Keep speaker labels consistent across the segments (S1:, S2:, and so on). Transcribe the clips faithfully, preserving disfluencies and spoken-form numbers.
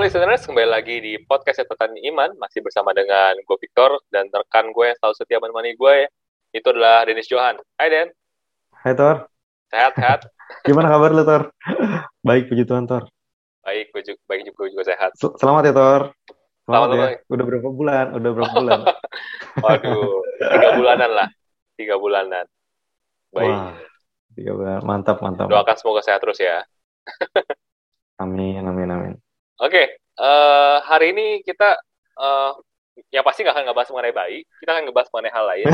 S1: listeners, kembali lagi di podcast Catatan Iman, masih bersama dengan gue Victor dan rekan gue yang selalu setia menemani gue, itu adalah Dennis Johan. Hai Den.
S2: Hai Tor,
S1: Sehat-sehat?
S2: gimana kabar lu Tor? Baik, puji Tuhan Tor.
S1: Baik, gue juga, baik juga, gue juga sehat.
S2: Sel- Selamat ya Tor,
S1: Selamat
S2: selamat
S1: lo,
S2: ya.
S1: Bang.
S2: Udah berapa bulan? Udah berapa bulan?
S1: Waduh, tiga bulanan lah, tiga bulanan. Baik,
S2: Wah, tiga bulan. Mantap, mantap,
S1: doakan
S2: mantap.
S1: semoga sehat terus ya.
S2: Amin, amin, amin.
S1: Oke, eh, hari ini kita, eh, yang pasti nggak akan ngebahas mengenai bayi, kita akan ngebahas mengenai hal lain.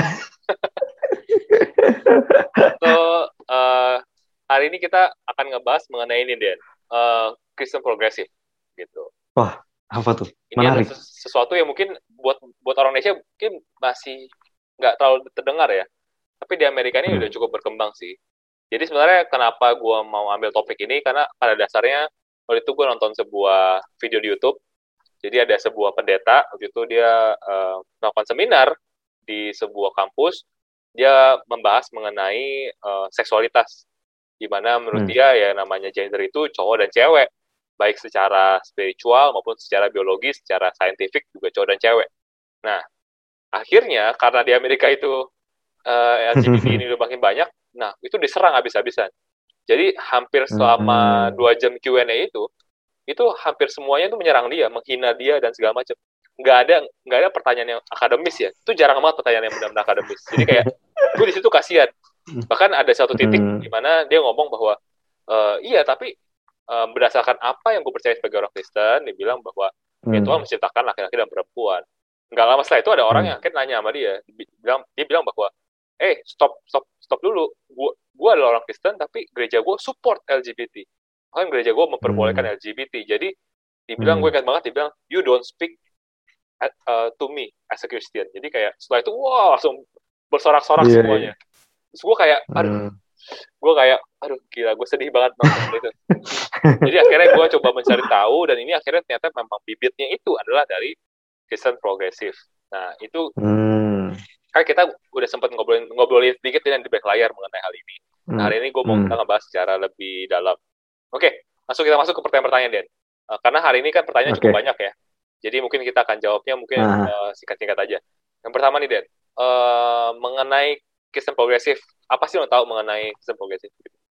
S1: So, eh, hari ini kita akan ngebahas mengenai ini, Den. Eh, Kristen progresif, gitu.
S2: Wah, apa tuh?
S1: Ini adalah
S2: Menarik.
S1: ses- sesuatu yang mungkin buat buat orang Indonesia mungkin masih nggak terlalu terdengar ya. Tapi di Amerika ini
S2: Hmm.
S1: udah cukup berkembang sih. Jadi sebenarnya kenapa gue mau ambil topik ini, karena pada dasarnya waktu itu gue nonton sebuah video di YouTube. Jadi ada sebuah pendeta, waktu itu dia eh, melakukan seminar di sebuah kampus. Dia membahas mengenai eh, seksualitas. Di mana menurut
S2: Hmm.
S1: dia ya namanya gender itu cowok dan cewek. Baik secara spiritual maupun secara biologis, secara saintifik juga cowok dan cewek. Nah, akhirnya karena di Amerika itu eh, L G B T ini udah makin banyak, nah itu diserang habis-habisan. Jadi hampir selama
S2: Hmm.
S1: dua jam Q and A itu, itu hampir semuanya itu menyerang dia, menghina dia dan segala macam. Nggak ada nggak ada pertanyaan yang akademis ya. Itu jarang banget pertanyaan yang benar-benar akademis. Jadi kayak gue di situ kasihan. Bahkan ada satu titik
S2: Hmm.
S1: di mana dia ngomong bahwa e, iya tapi e, berdasarkan apa yang gue percaya sebagai orang Kristen, dia bilang bahwa ya Tuhan
S2: Hmm.
S1: menciptakan laki-laki dan perempuan. Nggak lama setelah itu ada orang
S2: Hmm.
S1: yang akhirnya nanya sama dia, dia bilang dia bilang bahwa eh stop stop stop dulu, gue gue adalah orang Kristen tapi gereja gue support L G B T. Bahkan gereja gue memperbolehkan
S2: Hmm.
S1: L G B T. Jadi dibilang, gue
S2: Hmm.
S1: ingat banget, dibilang you don't speak at, uh, to me as a Christian. Jadi kayak setelah itu wah langsung bersorak-sorak
S2: Iya, iya.
S1: semuanya. Terus gue kayak aduh,
S2: Hmm.
S1: gue kayak aduh gila, gue sedih banget nonton itu. Jadi akhirnya gue coba mencari tahu, dan ini akhirnya ternyata memang bibitnya itu adalah dari Kristen progresif. Nah itu
S2: Hmm.
S1: kan kita udah sempat ngobrolin ngobrolin sedikit dengan di back layar mengenai hal ini. Nah hari ini gue mau kita
S2: Hmm.
S1: ngebahas secara lebih dalam. Oke, langsung kita masuk ke pertanyaan-pertanyaan, Den. Uh, karena hari ini kan pertanyaan
S2: Oke.
S1: cukup banyak ya. Jadi mungkin kita akan jawabnya mungkin
S2: Nah,
S1: uh, singkat-singkat aja. Yang pertama nih, Den. Uh, mengenai Kristen progresif. Apa sih lo tahu mengenai Kristen progresif?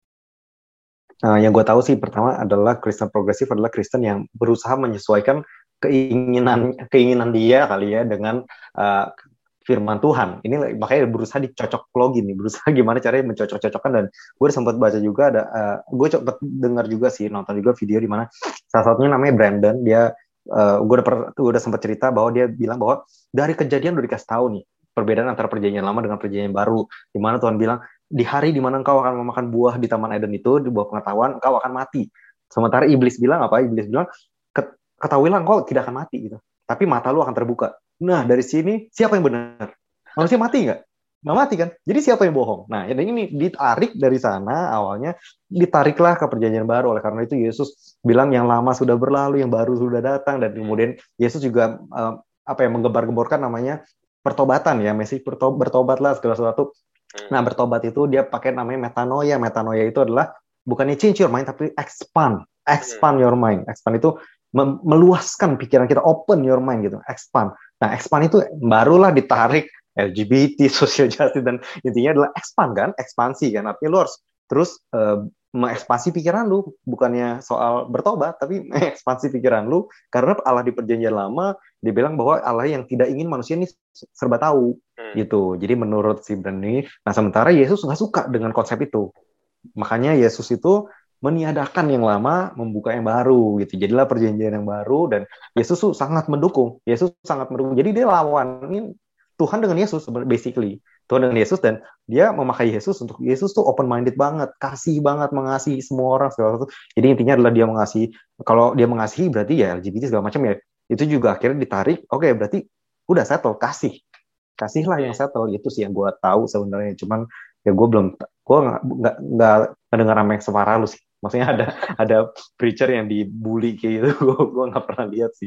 S2: Nah, yang gue tahu sih pertama adalah Kristen progresif adalah Kristen yang berusaha menyesuaikan keinginan keinginan dia kali ya dengan uh, firman Tuhan. Ini makanya berusaha dicocok-login nih, berusaha gimana caranya mencocok-cocokkan. Dan gue sempat baca juga ada, uh, gue sempat dengar juga sih, nonton juga video di mana salah satunya namanya Brandon. Dia, uh, gue udah, per, udah sempat cerita bahwa dia bilang bahwa dari kejadian udah dikasih tahu nih perbedaan antara perjanjian lama dengan perjanjian baru, di mana Tuhan bilang di hari di mana engkau akan memakan buah di Taman Eden itu, di buah pengetahuan, engkau akan mati. Sementara iblis bilang apa? Iblis bilang, ketahuilah engkau tidak akan mati gitu, tapi mata lu akan terbuka. Nah, dari sini siapa yang benar? Manusia mati nggak? Nggak mati kan? Jadi siapa yang bohong? Nah, ini ditarik dari sana awalnya, ditariklah ke perjanjian baru. Oleh karena itu Yesus bilang yang lama sudah berlalu, yang baru sudah datang. Dan kemudian Yesus juga uh, apa ya, menggembar-gemborkan namanya pertobatan ya, Mesih bertobatlah segala sesuatu. Nah, bertobat itu dia pakai namanya metanoia. Metanoia itu adalah bukannya change your mind, tapi expand. Expand your mind. Expand itu meluaskan pikiran kita, open your mind gitu, expand. Nah, expand itu barulah ditarik L G B T, social justice, dan intinya adalah expand kan, ekspansi kan. Artinya lu harus terus uh, mengekspansi pikiran lu, bukannya soal bertobat, tapi mengekspansi pikiran lu, karena Allah di perjanjian lama dibilang bahwa Allah yang tidak ingin manusia ini serba tahu hmm. gitu. Jadi menurut si Brandon, nah sementara Yesus nggak suka dengan konsep itu. Makanya Yesus itu meniadakan yang lama, membuka yang baru gitu. Jadilah perjanjian yang baru, dan Yesus tuh sangat mendukung. Yesus sangat mendukung. Jadi dia lawan ini Tuhan dengan Yesus basically. Tuhan dengan Yesus, dan dia memakai Yesus untuk Yesus tuh open minded banget, kasih banget, mengasihi semua orang segala sesuatu. Jadi intinya adalah dia mengasihi. Kalau dia mengasihi berarti ya L G B T segala macam ya. Itu juga akhirnya ditarik. Oke, okay, berarti udah settle, kasih. Kasihlah yang settle. Itu sih yang gue tahu sebenarnya. Cuman ya gue belum, gue nggak nggak nggak mendengar sama yang separah lu sih. Maksudnya ada ada preacher yang dibully kayak gitu, gue gue nggak pernah lihat sih.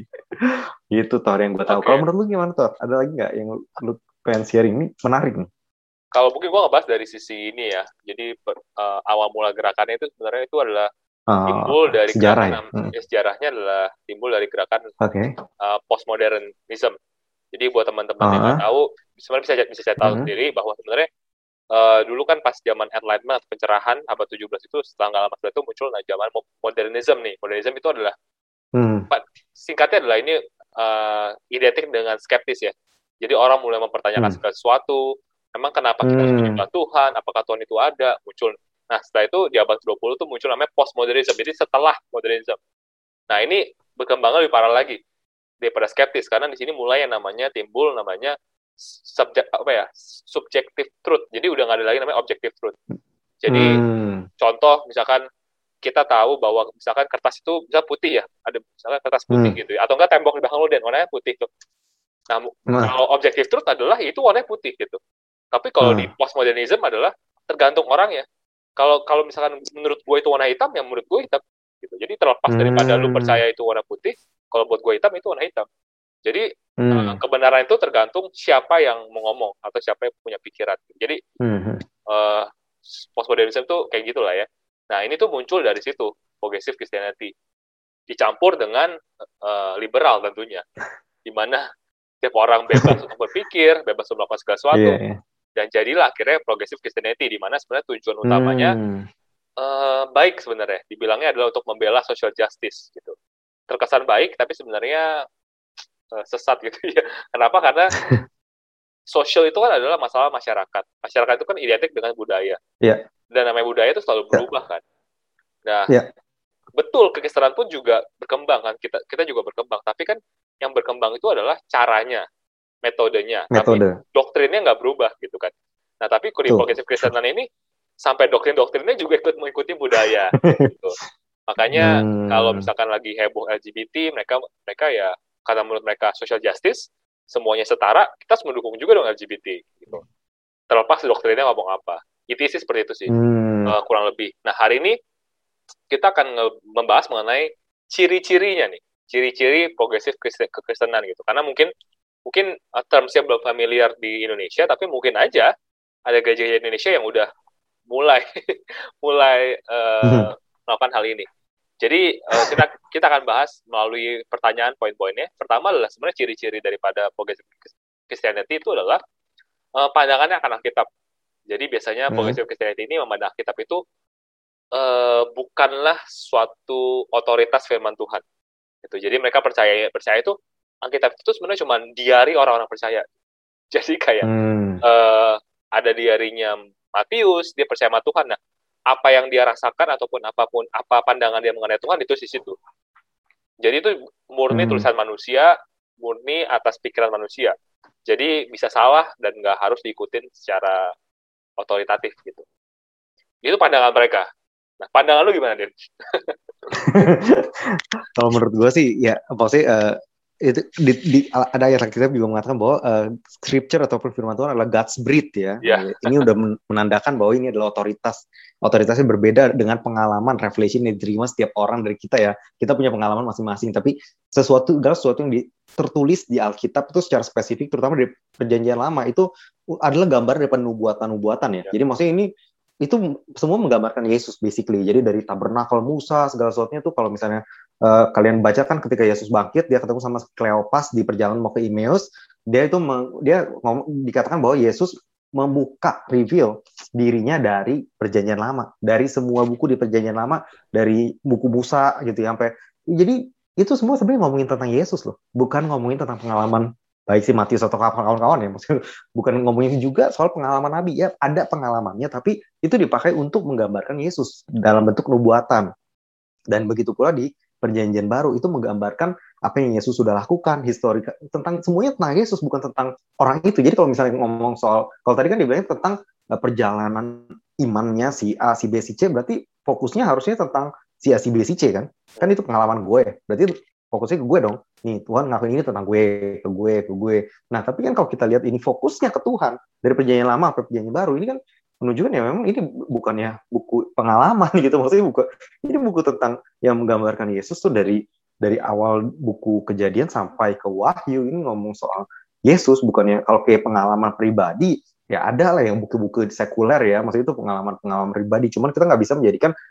S2: Itu Tor yang gue tahu. Okay. Kalau menurut lu gimana Tor? Ada lagi nggak yang lu pengen sharing? Ini menarik nih.
S1: Kalau mungkin gue ngebahas dari sisi ini ya. Jadi uh, awal mula gerakannya itu sebenarnya itu adalah
S2: uh,
S1: timbul dari
S2: sejarah
S1: gerakan,
S2: ya? Hmm.
S1: ya, sejarahnya adalah timbul dari gerakan
S2: okay.
S1: uh, postmodernism. Jadi buat teman-teman uh-huh. yang nggak tahu, sebenarnya bisa bisa saya tahu uh-huh. sendiri bahwa sebenarnya uh, dulu kan pas zaman Enlightenment atau pencerahan abad tujuh belas itu setelah nggak lama setelah itu muncul nah zaman modernism nih. Modernism itu adalah hmm. singkatnya adalah ini uh, identik dengan skeptis ya. Jadi orang mulai mempertanyakan hmm. segala sesuatu. Emang kenapa kita harus menyembah Tuhan? Apakah Tuhan itu ada? Muncul. Nah, setelah itu di abad ke dua puluh itu muncul namanya postmodernism. Jadi setelah modernism. Nah, ini berkembang lebih parah lagi daripada skeptis karena di sini mulai yang namanya timbul namanya subjek apa ya? subjective truth. Jadi udah nggak ada lagi namanya objective truth. Jadi hmm. contoh misalkan kita tahu bahwa misalkan kertas itu bisa putih ya. Ada misalkan kertas putih hmm. gitu ya. Atau enggak tembok di belakang lu dan warnanya putih tuh. Nah, nah, kalau objective truth adalah itu warnanya putih gitu. Tapi kalau nah. di postmodernism adalah tergantung orangnya. Kalau kalau misalkan menurut gue itu warna hitam, ya menurut gue hitam. Gitu. Jadi terlepas hmm. daripada lu percaya itu warna putih, kalau buat gue hitam itu warna hitam. Jadi hmm. uh, kebenaran itu tergantung siapa yang mau ngomong atau siapa yang punya pikiran. Jadi hmm. uh, postmodernism tuh kayak gitulah ya. Nah ini tuh muncul dari situ, progressive Christianity dicampur dengan uh, liberal tentunya, di mana setiap orang bebas untuk berpikir, bebas untuk melakukan segala sesuatu. Yeah, yeah. Dan jadilah akhirnya progressive Christianity, di mana sebenarnya tujuan utamanya hmm. uh, baik sebenarnya. Dibilangnya adalah untuk membela social justice gitu. Terkesan baik, tapi sebenarnya uh, sesat gitu ya. Kenapa? Karena social itu kan adalah masalah masyarakat. Masyarakat itu kan identik dengan budaya. Yeah. Dan namanya budaya itu selalu berubah yeah. kan. Nah, yeah. betul kekristenan pun juga berkembang kan. Kita kita juga berkembang. Tapi kan yang berkembang itu adalah caranya. Metodenya, Metode. Tapi doktrinnya nggak berubah gitu kan. Nah tapi kuri progressive Kristenan ini sampai doktrin-doktrinnya juga ikut mengikuti budaya. Gitu. Makanya hmm. kalau misalkan lagi heboh L G B T, mereka mereka ya karena menurut mereka social justice semuanya setara, kita harus mendukung juga dong L G B T. Gitu. Terlepas doktrinnya ngomong apa. Itu sih seperti itu sih hmm. uh, kurang lebih. Nah hari ini kita akan membahas mengenai ciri-cirinya nih, ciri-ciri progressive kekristenan gitu. Karena mungkin Mungkin uh, termsnya belum familiar di Indonesia, tapi mungkin aja ada gereja Indonesia yang udah mulai mulai uh, hmm. melakukan hal ini. Jadi uh, kita kita akan bahas melalui pertanyaan poin-poinnya. Pertama adalah sebenarnya ciri-ciri daripada progressive Christianity itu adalah uh, pandangannya akan Alkitab. Jadi biasanya hmm. progressive Christianity ini memandang Alkitab itu uh, bukanlah suatu otoritas firman Tuhan. Gitu. Jadi mereka percaya percaya itu Alkitab itu sebenarnya cuma diari orang-orang percaya. Jadi kayak hmm. uh, ada diarinya Matius, dia percaya sama Tuhan. Nah, apa yang dia rasakan ataupun apapun, apa pandangan dia mengenai Tuhan itu di situ. Jadi itu murni hmm. tulisan manusia, murni atas pikiran manusia. Jadi bisa salah dan nggak harus diikutin secara otoritatif gitu. Itu pandangan mereka. Nah, pandangan lu gimana, Den?
S2: Kalau menurut gue sih, ya, maksudnya uh, itu di, di, ada ayat Alkitab juga mengatakan bahwa uh, scripture ataupun firman Tuhan adalah God's breath ya. Yeah. Ini udah menandakan bahwa ini adalah otoritas. Otoritasnya berbeda dengan pengalaman revelation yang diterima setiap orang dari kita ya. Kita punya pengalaman masing-masing, tapi sesuatu adalah sesuatu yang di, tertulis di Alkitab itu secara spesifik, terutama di Perjanjian Lama itu adalah gambar dari nubuatan-nubuatan ya. Yeah. Jadi maksudnya ini itu semua menggambarkan Yesus basically. Jadi dari tabernakel Musa segala sesuatunya tuh kalau misalnya uh, kalian baca kan ketika Yesus bangkit dia ketemu sama Kleopas di perjalanan mau ke Emmaus, dia itu meng, dia ngomong, dikatakan bahwa Yesus membuka reveal dirinya dari Perjanjian Lama, dari semua buku di Perjanjian Lama, dari buku Musa gitu ya, sampai jadi itu semua sebenarnya ngomongin tentang Yesus loh, bukan ngomongin tentang pengalaman baik si Matius atau kawan-kawan ya, maksudnya bukan ngomongin juga soal pengalaman Nabi ya, ada pengalamannya, tapi itu dipakai untuk menggambarkan Yesus dalam bentuk nubuatan. Dan begitu pula di Perjanjian Baru itu menggambarkan apa yang Yesus sudah lakukan, historika tentang semuanya tentang Yesus, bukan tentang orang itu. Jadi kalau misalnya ngomong soal, kalau tadi kan dibilangnya tentang perjalanan imannya si A, si B, si C, berarti fokusnya harusnya tentang si A, si B, si C kan? Kan itu pengalaman gue. Berarti fokusnya ke gue dong. Nih, Tuhan ngakuin ini tentang gue, ke gue, ke gue. Nah, tapi kan kalau kita lihat ini fokusnya ke Tuhan, dari Perjanjian Lama ke Perjanjian Baru, ini kan menunjukkan ya memang ini bukannya buku pengalaman gitu. Maksudnya buku, ini buku tentang yang menggambarkan Yesus tuh dari dari awal buku Kejadian sampai ke Wahyu. Ini ngomong soal Yesus, bukannya kalau kayak pengalaman pribadi, ya ada lah yang buku-buku sekuler ya. Maksudnya itu pengalaman-pengalaman pribadi. Cuman kita nggak bisa menjadikan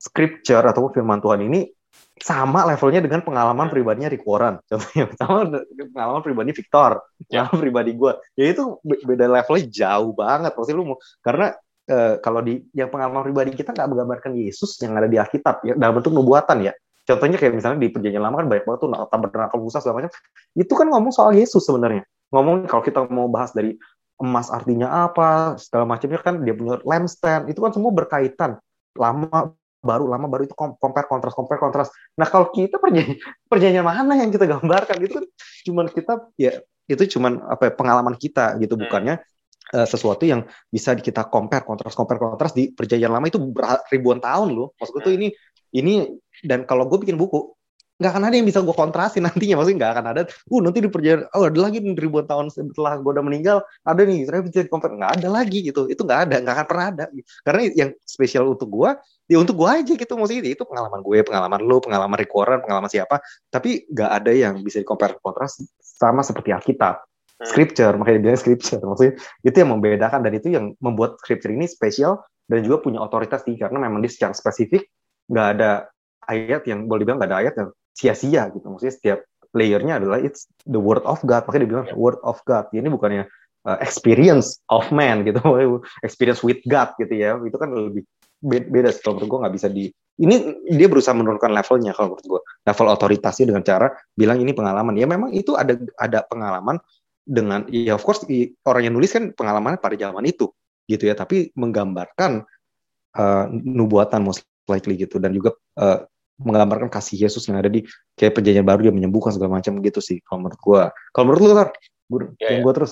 S2: scripture atau firman Tuhan ini sama levelnya dengan pengalaman pribadinya Rick Warren, contohnya sama pengalaman pribadi Victor,
S1: Ya.
S2: pengalaman pribadi gue, ya itu beda levelnya jauh banget. Maksudnya lu mau, karena eh, kalau di yang pengalaman pribadi kita nggak menggambarkan Yesus yang ada di Alkitab ya dalam bentuk nubuatan ya. Contohnya kayak misalnya di Perjanjian Lama kan banyak banget tuh tabernakel Musa segala macam. Itu kan ngomong soal Yesus sebenarnya. Ngomong kalau kita mau bahas dari emas artinya apa segala macamnya kan dia punya lampstand, itu kan semua berkaitan. Lama baru lama baru itu compare kontras compare kontras. Nah kalau kita perjanjian, perjanjian mana yang kita gambarkan itu kan cuman kita ya itu cuman apa ya, pengalaman kita gitu, bukannya uh, sesuatu yang bisa kita compare kontras compare kontras di perjanjian lama itu ribuan tahun loh. Maksudku tuh ini ini dan kalau gue bikin buku nggak akan ada yang bisa gue kontrasin nantinya, maksudnya nggak akan ada uh nanti di perjanjian oh ada lagi nih, ribuan tahun setelah gue udah meninggal ada nih saya bisa compare, nggak ada lagi gitu, itu nggak ada, nggak akan pernah ada karena yang spesial untuk gue ya untuk gue aja gitu, maksudnya itu pengalaman gue, pengalaman lo, pengalaman Rick Warren, pengalaman siapa, tapi nggak ada yang bisa di compare kontras sama seperti Alkitab, scripture, makanya dibilang scripture, maksudnya itu yang membedakan dan itu yang membuat scripture ini spesial dan juga punya otoritas sih, karena memang dia secara spesifik nggak ada ayat yang boleh dibilang nggak ada ayat yang sia-sia gitu, maksudnya setiap layernya adalah it's the word of God, makanya dibilang word of God. Ini bukannya uh, experience of man gitu, experience with God gitu ya, itu kan lebih beda sih kalau menurut gue, nggak bisa di ini dia berusaha menurunkan levelnya kalau menurut gue, level otoritasnya dengan cara bilang ini pengalaman. Ya memang itu ada ada pengalaman dengan ya of course orang yang nulis kan pengalamannya pada zaman itu gitu ya, tapi menggambarkan uh, nubuatan most likely gitu, dan juga uh, menggambarkan kasih Yesus yang ada di kayak perjanjian baru, dia menyembuhkan segala macam gitu sih kalau menurut gue. Kalau menurut lu Tar,
S1: ya,
S2: yang
S1: ya.
S2: gue terus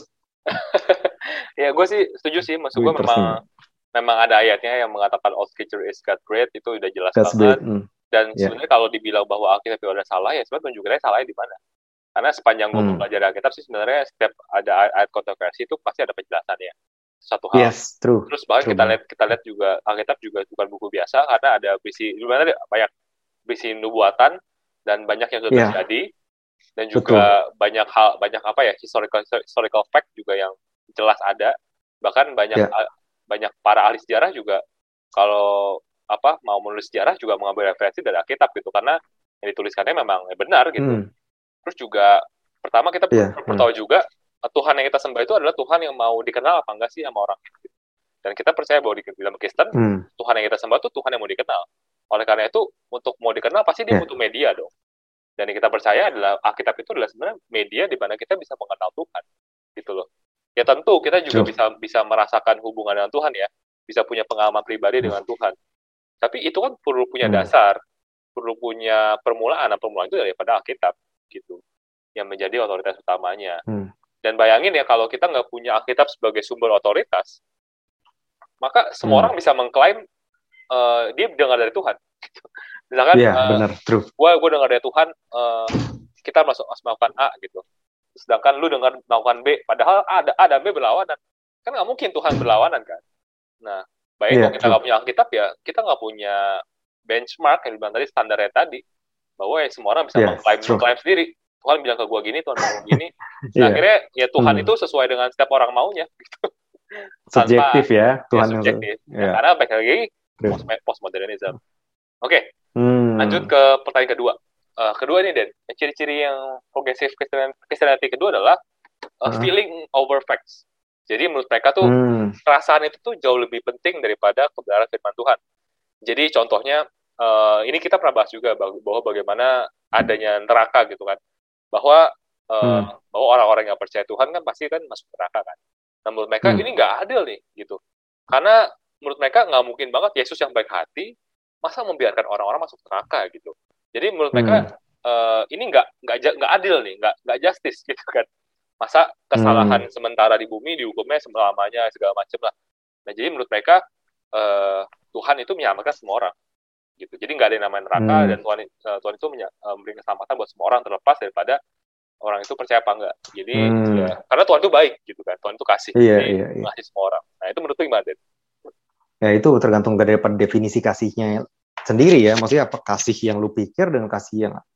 S1: ya gue sih setuju sih, maksud gue memang memang ada ayatnya yang mengatakan all scripture is God breathed, itu udah jelas God's banget mm. dan yeah. sebenarnya kalau dibilang bahwa Alkitab itu ada salah, ya sebenarnya tunjukannya salahnya di mana, karena sepanjang gue mm. belajar Alkitab sih sebenarnya setiap ada ayat kontroversi itu pasti ada penjelasannya satu hal.
S2: Yes, true.
S1: Terus bahkan
S2: true.
S1: kita lihat kita lihat juga Alkitab juga bukan buku biasa, karena ada berisi gimana banyak berisi nubuatan dan banyak yang sudah yeah. terjadi, dan juga Betul. banyak hal banyak apa ya historical historical fact juga yang jelas ada, bahkan banyak yeah. banyak para ahli sejarah juga kalau apa mau menulis sejarah juga mengambil referensi dari Alkitab gitu, karena yang dituliskannya memang benar gitu. Mm. Terus juga pertama kita yeah. perlu tahu juga Tuhan yang kita sembah itu adalah Tuhan yang mau dikenal apa enggak sih sama orang gitu. Dan kita percaya bahwa di dalam Kristen mm. Tuhan yang kita sembah itu Tuhan yang mau dikenal. Oleh karena itu untuk mau dikenal pasti dia yeah. butuh media dong. Dan yang kita percaya adalah Alkitab itu adalah sebenarnya media di mana kita bisa mengenal Tuhan gitu loh. Ya tentu kita juga sure. bisa bisa merasakan hubungan dengan Tuhan ya, bisa punya pengalaman pribadi hmm. dengan Tuhan. Tapi itu kan perlu punya hmm. dasar, perlu punya permulaan. Nah, permulaan itu daripada Alkitab gitu, yang menjadi otoritas utamanya. Hmm. Dan bayangin ya kalau kita nggak punya Alkitab sebagai sumber otoritas, maka semua hmm. orang bisa mengklaim uh, dia dengar dari Tuhan. Misalkan, yeah, uh, benar, true. Gua gua dengar dari Tuhan, uh, kita masuk melakukan A gitu. Sedangkan lu dengar melakukan B, padahal A, A dan B berlawanan. Kan nggak mungkin Tuhan berlawanan kan. Nah, bayangin yeah, kalau kita nggak punya Alkitab ya, kita nggak punya benchmark yang dibilang tadi, standarnya tadi, bahwa ya semua orang bisa yeah, mengklaim, mengklaim sendiri. Tuhan bilang ke gua gini, Tuhan bilang gini. Nah, yeah. akhirnya ya Tuhan hmm. itu sesuai dengan setiap orang maunya. Gitu.
S2: Subjektif ya, Tuhan
S1: ya, subjektif.
S2: Yang...
S1: Ya, karena baik lagi postmodernism. Oke, okay. hmm. lanjut ke pertanyaan kedua. Uh, kedua ini, Den, ciri-ciri yang progresif Christianity kedua adalah uh, uh. feeling over facts. Jadi menurut mereka tuh hmm. perasaan itu tuh jauh lebih penting daripada kebenaran firman Tuhan. Jadi contohnya, uh, ini kita pernah bahas juga bahwa bagaimana adanya neraka gitu kan, bahwa uh, hmm. bahwa orang-orang yang percaya Tuhan kan pasti kan masuk neraka kan. Nah menurut mereka hmm. ini nggak adil nih gitu, karena menurut mereka nggak mungkin banget Yesus yang baik hati masa membiarkan orang-orang masuk neraka gitu. Jadi menurut mereka hmm. uh, ini nggak nggak nggak adil nih, nggak nggak justice gitu kan. Masa kesalahan hmm. sementara di bumi dihukumnya selamanya segala macam lah. Nah jadi menurut mereka uh, Tuhan itu menyelamatkan semua orang gitu. Jadi nggak ada yang namanya neraka hmm. dan Tuhan uh, Tuhan itu menya, uh, memberi keselamatan buat semua orang terlepas daripada orang itu percaya apa enggak. Jadi hmm. ya, karena Tuhan itu baik gitu kan. Tuhan itu kasih,
S2: iya,
S1: jadi
S2: iya, iya.
S1: ngasih semua orang. Nah itu menurut lu gimana, Den?
S2: Ya itu tergantung dari definisi kasihnya sendiri ya, maksudnya apa kasih yang lu pikir dan kasih yang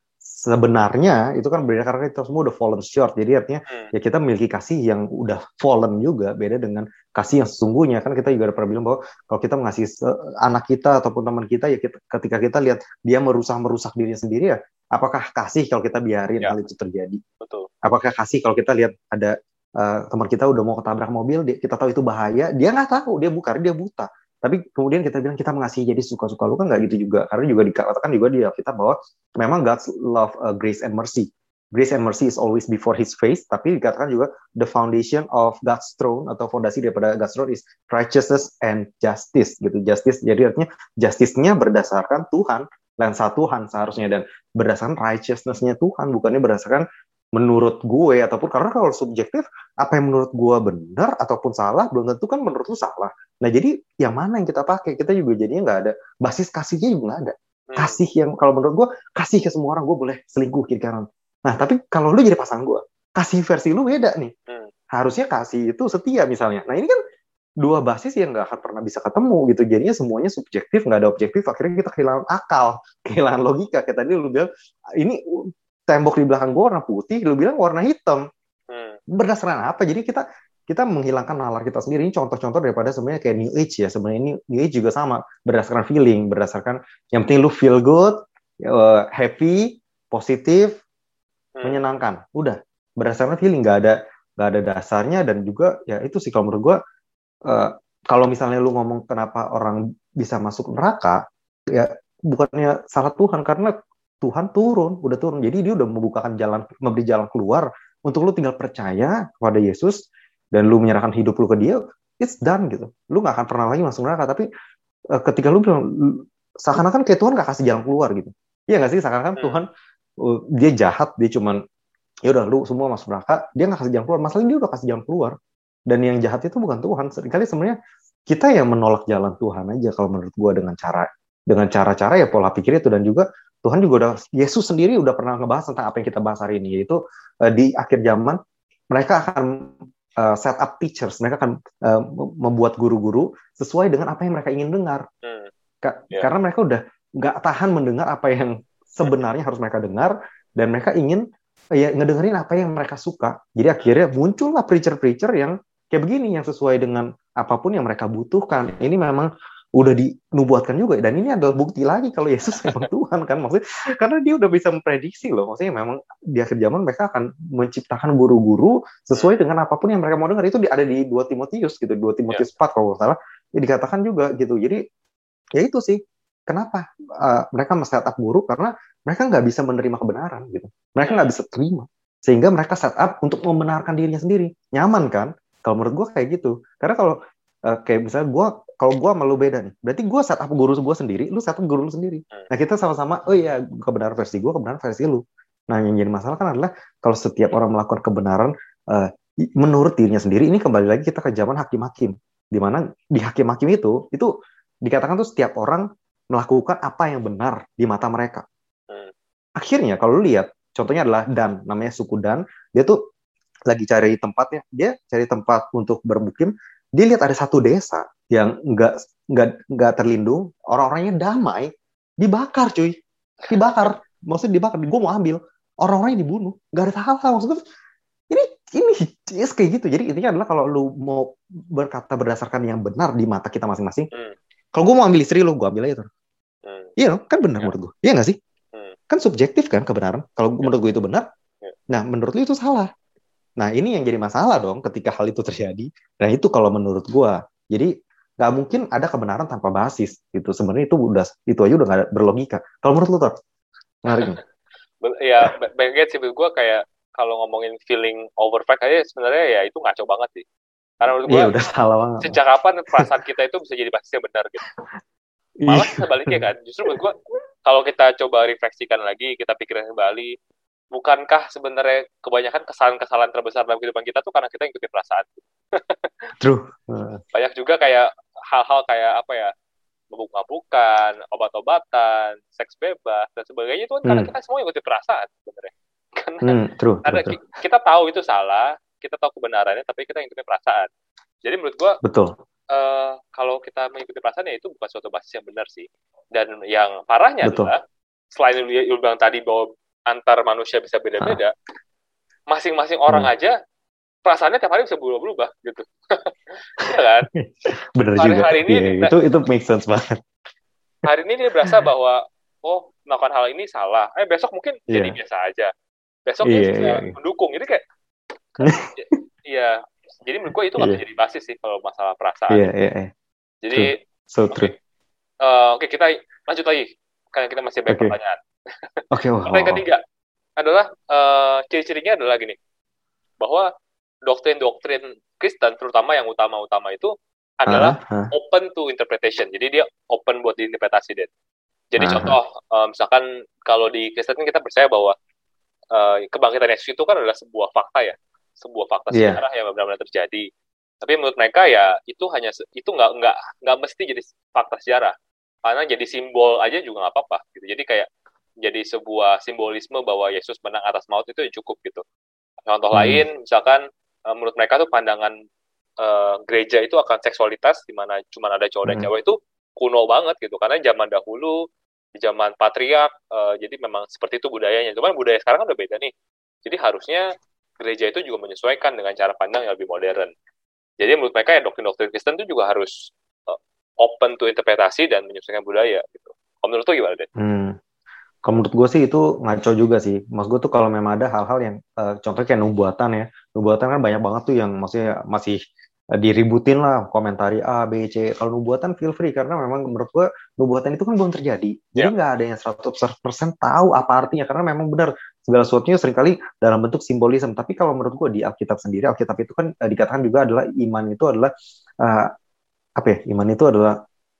S2: sebenarnya itu kan beda karena kita semua udah fallen short. Jadi artinya hmm. ya kita memiliki kasih yang udah fallen juga, beda dengan kasih yang sesungguhnya. Kan kita juga udah pernah bilang bahwa kalau kita mengasihi anak kita ataupun teman kita, ya kita, ketika kita lihat dia merusak-merusak dirinya sendiri, ya apakah kasih kalau kita biarin ya. hal itu terjadi?
S1: Betul.
S2: Apakah kasih kalau kita lihat ada uh, teman kita udah mau ketabrak mobil, dia, kita tahu itu bahaya, dia nggak tahu, dia bukan, dia buta. Tapi kemudian kita bilang kita mengasihi jadi suka-suka, lu kan nggak gitu juga. Karena juga dikatakan juga di Alkitab bahwa memang God's love, uh, grace and mercy. Grace and mercy is always before his face, tapi dikatakan juga the foundation of God's throne atau fondasi daripada God's throne is righteousness and justice gitu. Justice jadi artinya justice-nya berdasarkan Tuhan, lensa Tuhan seharusnya, dan berdasarkan righteousness-nya Tuhan, bukannya berdasarkan menurut gue, ataupun karena kalau subjektif apa yang menurut gue benar ataupun salah belum tentu kan menurut lu salah. Nah jadi yang mana yang kita pakai, kita juga jadinya nggak ada basis kasihnya, juga nggak ada kasih yang kalau menurut gue kasih ke semua orang, gue boleh selingkuh kiri kanan. Nah tapi kalau lu jadi pasangan gue, kasih versi lu beda nih. Harusnya kasih itu setia misalnya. Nah ini kan dua basis yang nggak akan pernah bisa ketemu gitu, jadinya semuanya subjektif, nggak ada objektif, akhirnya kita kehilangan akal, kehilangan logika. Kayak tadi lu bilang ini tembok di belakang gue warna putih, lu bilang warna hitam. Hmm. Berdasarkan apa? Jadi kita kita menghilangkan nalar kita sendiri. Ini contoh-contoh daripada sebenarnya kayak New Age ya. Sebenarnya ini New Age juga sama, berdasarkan feeling, berdasarkan yang penting lu feel good, uh, happy, positif, hmm. menyenangkan. Udah, berdasarkan feeling, nggak ada nggak ada dasarnya. Dan juga ya itu sih kalau menurut gue, uh, kalau misalnya lu ngomong kenapa orang bisa masuk neraka, ya bukannya salah Tuhan, karena Tuhan turun, udah turun. Jadi dia udah membukakan jalan, memberi jalan keluar untuk lu tinggal percaya kepada Yesus dan lu menyerahkan hidup lu ke dia, it's done gitu. Lu nggak akan pernah lagi masuk neraka. Tapi uh, ketika lu bilang seakan-akan kayak Tuhan nggak kasih jalan keluar gitu. Iya nggak sih? Seakan-akan hmm. Tuhan uh, dia jahat, dia cuman ya udah lu semua masuk neraka, dia nggak kasih jalan keluar. Masalahnya dia udah kasih jalan keluar. Dan yang jahat itu bukan Tuhan. Seringkali sebenarnya kita yang menolak jalan Tuhan aja kalau menurut gua, dengan cara dengan cara-cara ya pola pikir itu. Dan juga Tuhan juga udah, Yesus sendiri udah pernah ngebahas tentang apa yang kita bahas hari ini, yaitu uh, di akhir zaman mereka akan uh, set up teachers, mereka akan uh, membuat guru-guru sesuai dengan apa yang mereka ingin dengar. Hmm. Ka- yeah. Karena mereka udah nggak tahan mendengar apa yang sebenarnya harus mereka dengar, dan mereka ingin uh, ya ngedengerin apa yang mereka suka. Jadi akhirnya muncullah preacher-preacher yang kayak begini, yang sesuai dengan apapun yang mereka butuhkan. Ini memang udah dinubuatkan juga, dan ini adalah bukti lagi kalau Yesus memang Tuhan kan, maksudnya karena dia udah bisa memprediksi loh, maksudnya memang di akhir zaman mereka akan menciptakan guru-guru sesuai dengan apapun yang mereka mau dengar. Itu ada di dua Timotius gitu, dua Timotius empat kalau nggak salah, ya dikatakan juga gitu. Jadi ya itu sih kenapa uh, mereka men-set up guru, karena mereka nggak bisa menerima kebenaran gitu, mereka nggak bisa terima, sehingga mereka set up untuk membenarkan dirinya sendiri. Nyaman kan kalau menurut gue kayak gitu, karena kalau uh, kayak misalnya gue, kalau gue sama lu beda nih, berarti gue set up guru gue sendiri, lu set up guru lu sendiri. Nah kita sama-sama, oh iya kebenaran versi gue, kebenaran versi lu. Nah yang jadi masalah kan adalah kalau setiap orang melakukan kebenaran uh, menurut dirinya sendiri. Ini kembali lagi kita ke zaman hakim-hakim, di mana di hakim-hakim itu itu dikatakan tuh setiap orang melakukan apa yang benar di mata mereka. Akhirnya kalau lu lihat, contohnya adalah Dan, namanya suku Dan, dia tuh lagi cari tempatnya, dia cari tempat untuk bermukim. Dia lihat ada satu desa yang nggak nggak nggak terlindung, orang-orangnya damai, dibakar cuy, dibakar, maksudnya dibakar, gue mau ambil, orang-orangnya dibunuh, nggak ada hal-hal. Maksudnya ini ini yes, kayak gitu. Jadi intinya adalah kalau lu mau berkata berdasarkan yang benar di mata kita masing-masing, hmm. kalau gue mau ambil istri lu, gue ambil aja tuh. Hmm. Iya kan benar hmm. menurut gue, iya nggak sih? Hmm. Kan subjektif kan kebenaran. Kalau hmm. menurut gue itu benar, hmm. nah menurut lu itu salah. Nah ini yang jadi masalah dong ketika hal itu terjadi. Nah itu kalau menurut gue. Jadi nggak mungkin ada kebenaran tanpa basis gitu. Sebenarnya itu udah itu aja udah nggak berlogika. Kalau menurut lu, Tor? Menarik.
S1: Ya, banget sih gue kayak kalau ngomongin feeling over fact aja sebenarnya ya itu ngaco banget sih. Karena menurut gue,
S2: iya, udah salah banget.
S1: Sejak kapan perasaan kita itu bisa jadi basis yang benar gitu? Malah sebaliknya kan. Justru menurut gue kalau kita coba refleksikan lagi, kita pikirin kembali, bukankah sebenarnya kebanyakan kesalahan-kesalahan terbesar dalam kehidupan kita tuh karena kita ngikutin perasaan?
S2: True.
S1: Banyak juga kayak hal-hal kayak apa ya, mabuk-mabukan, obat-obatan, seks bebas dan sebagainya itu kan hmm. karena kita semua ngikutin perasaan sebenarnya. Karena,
S2: hmm, true,
S1: karena
S2: true, true.
S1: kita tahu itu salah, kita tahu kebenarannya, tapi kita ngikutin perasaan. Jadi menurut gua,
S2: betul.
S1: Uh, kalau kita mengikuti perasaan ya itu bukan suatu basis yang benar sih. Dan yang parahnya betul. Adalah selain lu, lu bilang tadi bahwa antar manusia bisa beda-beda, masing-masing orang
S2: Hmm.
S1: aja perasaannya tiap hari bisa berubah-berubah gitu. Iya kan?
S2: Bener juga.
S1: Hari-hari ini
S2: Iya,
S1: di-
S2: itu itu make sense banget.
S1: hari ini dia berasa bahwa oh melakukan hal ini salah. Eh besok mungkin jadi
S2: Iya,
S1: biasa aja. Besok dia
S2: iya,
S1: bisa
S2: iya, iya.
S1: mendukung. Jadi kayak kan ya- iya. Jadi menurut gue itu nggak bisa
S2: Iya,
S1: jadi basis sih kalau masalah perasaan.
S2: iya, iya, iya. True,
S1: Jadi
S2: so
S1: oke,
S2: true.
S1: eh, oke kita lanjut lagi karena kita masih banyak
S2: Oke,
S1: pertanyaan.
S2: oke, wah, wah,
S1: Pertanyaan
S2: wah.
S1: ketiga adalah eh, ciri-cirinya adalah gini, bahwa doktrin-doktrin Kristen terutama yang utama-utama itu adalah
S2: Ah, ah,
S1: open to interpretation. Jadi dia open buat diinterpretasi deh. Jadi
S2: ah, ah.
S1: contoh eh, misalkan kalau di Kristen kan kita percaya bahwa eh, kebangkitan Yesus itu kan adalah sebuah fakta ya, sebuah fakta
S2: Iya,
S1: sejarah yang benar-benar terjadi. Tapi menurut mereka ya itu hanya se- itu nggak nggak nggak mesti jadi fakta sejarah, karena jadi simbol aja juga nggak apa-apa gitu. Jadi kayak jadi sebuah simbolisme bahwa Yesus menang atas maut itu cukup gitu. Contoh
S2: hmm,
S1: lain misalkan eh, menurut mereka tuh pandangan eh, gereja itu akan seksualitas di mana cuma ada cowok dan
S2: hmm,
S1: cewek itu kuno banget gitu, karena zaman dahulu di zaman patriark eh, jadi memang seperti itu budayanya. Cuman budaya sekarang kan udah beda nih. Jadi harusnya gereja itu juga menyesuaikan dengan cara pandang yang lebih modern. Jadi menurut mereka ya doktrin-doktrin Kristen itu juga harus uh, open to interpretasi dan menyesuaikan budaya gitu. Kalau menurut lu gimana deh?
S2: hmm. Kalau menurut gue sih itu ngaco juga sih. Maksud gue tuh kalau memang ada hal-hal yang, eh, contohnya kayak nubuatan ya. Nubuatan kan banyak banget tuh yang maksudnya masih eh, diributin lah, komentari A, B, C. Kalau nubuatan feel free, karena memang menurut gue nubuatan itu kan belum terjadi. Jadi
S1: Ya.
S2: nggak ada yang seratus persen tahu apa artinya, karena memang benar segala sesuatunya seringkali dalam bentuk simbolisme. Tapi kalau menurut gue di Alkitab sendiri, Alkitab itu kan eh, dikatakan juga adalah iman itu adalah, eh, apa ya, iman itu adalah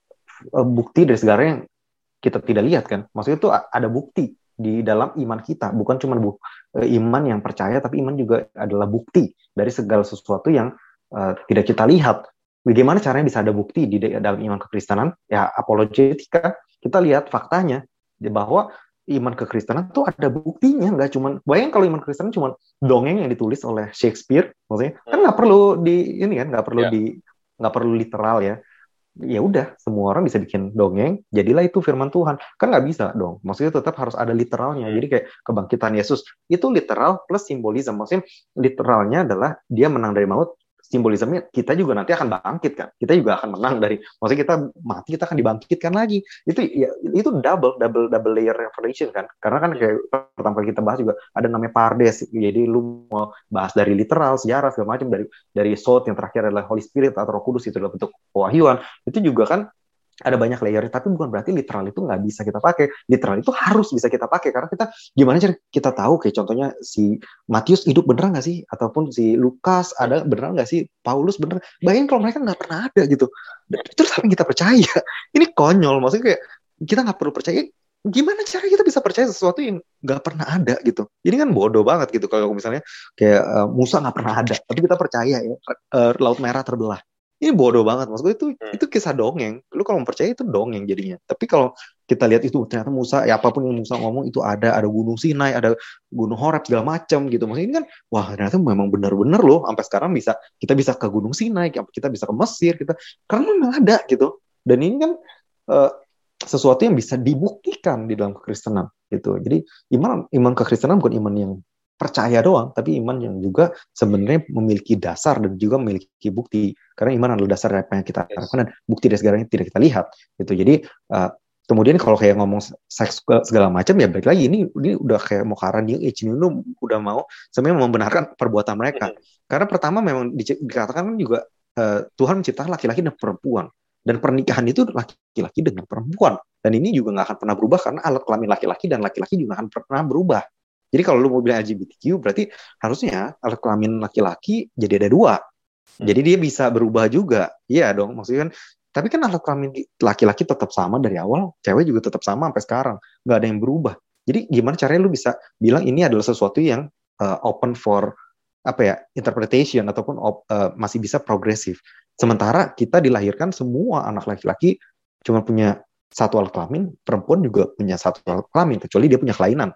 S2: eh, bukti dari segala yang kita tidak lihat kan. Maksudnya itu ada bukti di dalam iman kita, bukan cuma bu- iman yang percaya, tapi iman juga adalah bukti dari segala sesuatu yang uh, tidak kita lihat. Bagaimana caranya bisa ada bukti di dalam iman kekristenan? Ya apologetika, kita lihat faktanya bahwa iman kekristenan tuh ada buktinya, nggak cuma bayang kalau iman kekristenan cuma dongeng yang ditulis oleh Shakespeare, maksudnya kan
S1: Hmm.
S2: nggak perlu di ini kan, nggak perlu
S1: Ya.
S2: di nggak perlu literal ya. Ya udah semua orang bisa bikin dongeng, jadilah itu firman Tuhan. Kan nggak bisa dong, maksudnya tetap harus ada literalnya.
S1: Hmm.
S2: Jadi kayak kebangkitan Yesus itu literal plus simbolisme. Maksudnya literalnya adalah dia menang dari maut, simbolismenya kita juga nanti akan bangkit kan, kita juga akan menang dari, maksudnya kita mati kita akan dibangkitkan lagi. Itu ya, itu double double double layer revelation kan, karena kan kayak pertama kali kita bahas juga ada namanya pardes. Jadi lu mau bahas dari literal sejarah segala macam, dari dari sod yang terakhir adalah Holy Spirit atau Roh Kudus itu dalam bentuk pewahyuan, itu juga kan ada banyak layer, tapi bukan berarti literal itu nggak bisa kita pakai. Literal itu harus bisa kita pakai, karena kita gimana cara kita tahu, kayak contohnya si Matius hidup beneran nggak sih, ataupun si Lukas ada beneran nggak sih, Paulus bener. Bayangin kalau mereka nggak pernah ada gitu, terus apa yang kita percaya? Ini konyol, maksudnya kayak kita nggak perlu percaya. Gimana cara kita bisa percaya sesuatu yang nggak pernah ada gitu? Ini kan bodoh banget gitu. Kalau misalnya kayak uh, Musa nggak pernah ada, tapi kita percaya ya uh, Laut Merah terbelah. Ini bodoh banget, maksud gue itu
S1: Hmm.
S2: itu kisah dongeng. Lu kalau percaya itu dongeng jadinya. Tapi kalau kita lihat itu ternyata Musa, ya apapun yang Musa ngomong itu ada, ada Gunung Sinai, ada Gunung Horeb segala macam gitu. Maksudnya ini kan, wah ternyata memang benar-benar loh. Sampai sekarang bisa kita bisa ke Gunung Sinai, kita bisa ke Mesir, kita karena memang ada gitu. Dan ini kan uh, sesuatu yang bisa dibuktikan di dalam kekristenan gitu. Jadi iman iman kekristenan bukan iman yang percaya doang, tapi iman yang juga sebenarnya memiliki dasar dan juga memiliki bukti. Karena iman adalah dasar dari apa yang kita harapkan dan bukti dari segalanya tidak kita lihat. Gitu. Jadi uh, kemudian kalau kayak ngomong seks segala macam, ya balik lagi ini ini udah kayak mau ke arah new age, ini udah mau sebenarnya membenarkan perbuatan mereka. Hmm. Karena pertama memang dikatakan juga uh, Tuhan menciptakan laki-laki dan perempuan. Dan pernikahan itu laki-laki dengan perempuan. Dan ini juga nggak akan pernah berubah karena alat kelamin laki-laki dan laki-laki juga akan pernah berubah. Jadi kalau lu mau bilang L G B T Q, berarti harusnya alat kelamin laki-laki jadi ada dua. Jadi dia bisa berubah juga. Iya dong, maksudnya kan. Tapi kan alat kelamin laki-laki tetap sama dari awal, cewek juga tetap sama sampai sekarang. Nggak ada yang berubah. Jadi gimana caranya lu bisa bilang ini adalah sesuatu yang uh, open for apa ya, interpretation ataupun uh, masih bisa progresif. Sementara kita dilahirkan semua anak laki-laki cuma punya satu alat kelamin, perempuan juga punya satu alat kelamin, kecuali dia punya kelainan.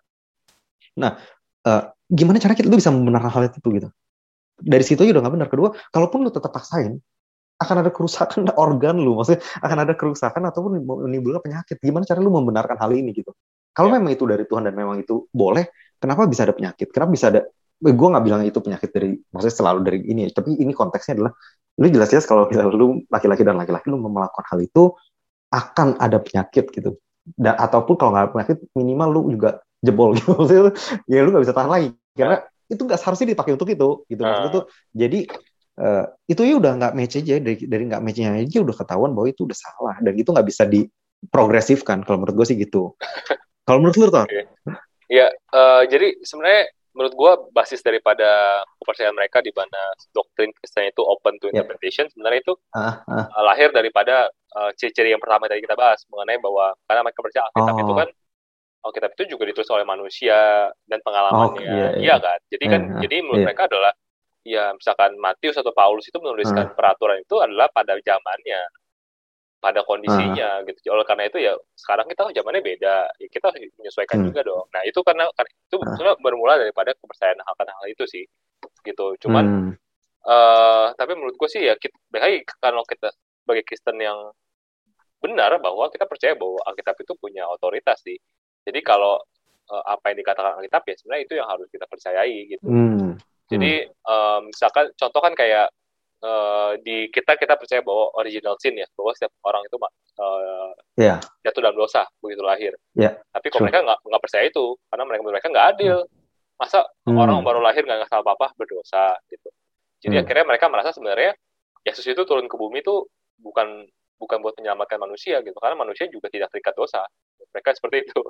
S2: Nah, uh, gimana cara kita lu bisa membenarkan hal itu gitu? Dari situ aja udah nggak benar. Kedua, kalaupun lu tetap paksain, akan ada kerusakan organ lu, maksudnya akan ada kerusakan ataupun menimbulkan penyakit. Gimana cara lu membenarkan hal ini gitu? Kalau
S1: Ya.
S2: memang itu dari Tuhan dan memang itu boleh, kenapa bisa ada penyakit? Kenapa bisa ada? Eh, gue nggak bilang itu penyakit dari, maksudnya selalu dari ini. Tapi ini konteksnya adalah, lu jelas-jelas kalau misalnya lu laki-laki dan laki-laki lu melakukan hal itu akan ada penyakit gitu. Dan ataupun kalau nggak ada penyakit, minimal lu juga jebol gitu. Maksudnya, ya lu nggak bisa tahan lagi karena itu nggak seharusnya dipakai untuk itu gitu. Maksudnya
S1: Uh,
S2: tuh, jadi uh, itu ya udah nggak match aja, dari dari nggak matchnya aja udah ketahuan bahwa itu udah salah dan itu nggak bisa diprogresifkan. Kalau menurut gue sih gitu. Kalau menurut lu tuh?
S1: okay. Ya, uh, jadi sebenarnya menurut gue basis daripada kepercayaan mereka di mana doktrin Kristen itu open to interpretation, yep. Sebenarnya itu
S2: ah, ah.
S1: Uh, lahir daripada uh, ciri-ciri yang pertama tadi kita bahas mengenai bahwa karena mereka percaya Alkitab oh. itu kan Alkitab itu juga ditulis oleh manusia dan pengalamannya, oh, iya, iya. iya kan. Jadi kan, iya, jadi menurut iya. mereka adalah ya misalkan Matius atau Paulus itu menuliskan uh. peraturan itu adalah pada zamannya, pada kondisinya uh. gitu. Oleh karena itu ya sekarang kita zamannya beda, ya kita harus menyesuaikan hmm. juga dong. Nah itu karena itu uh. sebenarnya bermula daripada kepercayaan akan hal itu sih, gitu. Cuman hmm. uh, tapi menurut gue sih ya kita, baik kalau kita sebagai Kristen yang benar bahwa kita percaya bahwa Alkitab itu punya otoritas sih. Jadi kalau uh, apa yang dikatakan Alkitab ya sebenarnya itu yang harus kita percayai gitu. Hmm. Jadi um, misalkan contoh kan kayak uh, di kita kita percaya bahwa original sin ya, bahwa setiap orang itu uh, yeah. jatuh dalam dosa begitu lahir. Yeah. Tapi kalau sure. mereka nggak nggak percaya itu karena mereka mereka nggak adil. Masa hmm. orang baru lahir nggak salah apa-apa berdosa gitu. Jadi hmm. akhirnya mereka merasa sebenarnya Yesus itu turun ke bumi itu bukan bukan buat menyelamatkan manusia gitu, karena manusia juga tidak terikat dosa. Mereka seperti itu.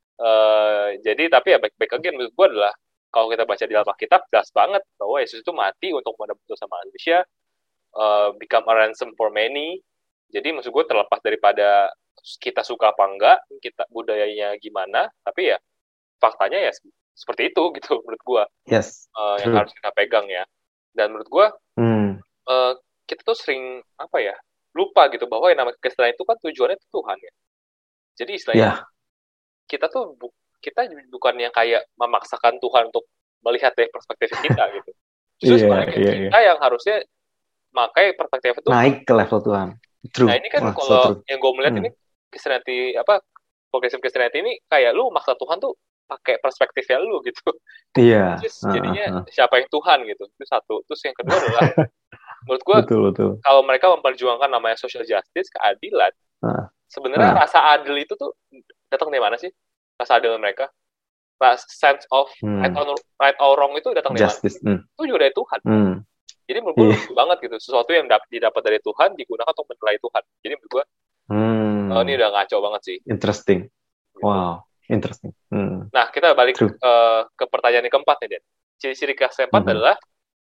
S1: Uh, jadi tapi ya baik-baik again menurut gue adalah kalau kita baca di dalam Alkitab jelas banget bahwa Yesus itu mati untuk menebus dosa manusia, uh, become a ransom for many. Jadi maksud gue terlepas daripada kita suka apa enggak, kita budayanya gimana, tapi ya faktanya ya seperti itu gitu menurut gue.
S2: Yes.
S1: Uh, yang harus kita pegang ya. Dan menurut gue hmm. uh, kita tuh sering apa ya lupa gitu bahwa yang namanya Kristen itu kan tujuannya itu Tuhan ya. Jadi istilahnya yeah. kita tuh bu- kita bukan yang kayak memaksakan Tuhan untuk melihat dari perspektif kita gitu. Justru yeah, sebenarnya yeah, kita yeah. yang harusnya makai perspektif itu
S2: naik ke level Tuhan. True.
S1: Nah ini kan Wah, kalau so yang gue melihat hmm. ini Kristianiti apa progresif Kristianiti ini kayak lu maksa Tuhan tuh pakai perspektifnya lu gitu.
S2: Iya.
S1: Terus uh, jadinya uh, uh. siapa yang Tuhan gitu. Itu satu. Terus yang kedua adalah menurut gue kalau mereka memperjuangkan namanya social justice, keadilan, uh, sebenarnya uh. rasa adil itu tuh datang dari mana sih? Rasa adil mereka, rasa sense of hmm. right, or, right or wrong itu datang dari
S2: justice.
S1: mana? Hmm. Itu juga dari Tuhan.
S2: Hmm.
S1: Jadi menurut gue yeah. banget gitu, sesuatu yang dapat didapat dari Tuhan digunakan untuk menilai Tuhan. Jadi menurut gue hmm. oh, ini udah ngaco banget sih.
S2: Interesting. Gitu. Wow, interesting. Hmm.
S1: Nah kita balik uh, ke pertanyaan yang keempat nih, Den. Ciri-ciri khas keempat hmm. adalah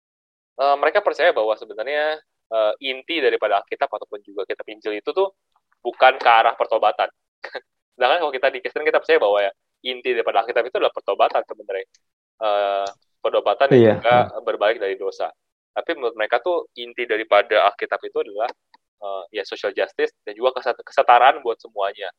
S1: Uh, mereka percaya bahwa sebenarnya uh, inti daripada Alkitab ataupun juga kitab Injil itu tuh bukan ke arah pertobatan. Sedangkan kalau kita di Kristen kita percaya bahwa ya inti daripada Alkitab itu adalah pertobatan sebenarnya. Uh, pertobatan yang yeah. juga berbalik dari dosa. Tapi menurut mereka tuh inti daripada Alkitab itu adalah uh, ya social justice dan juga kesetaraan buat semuanya.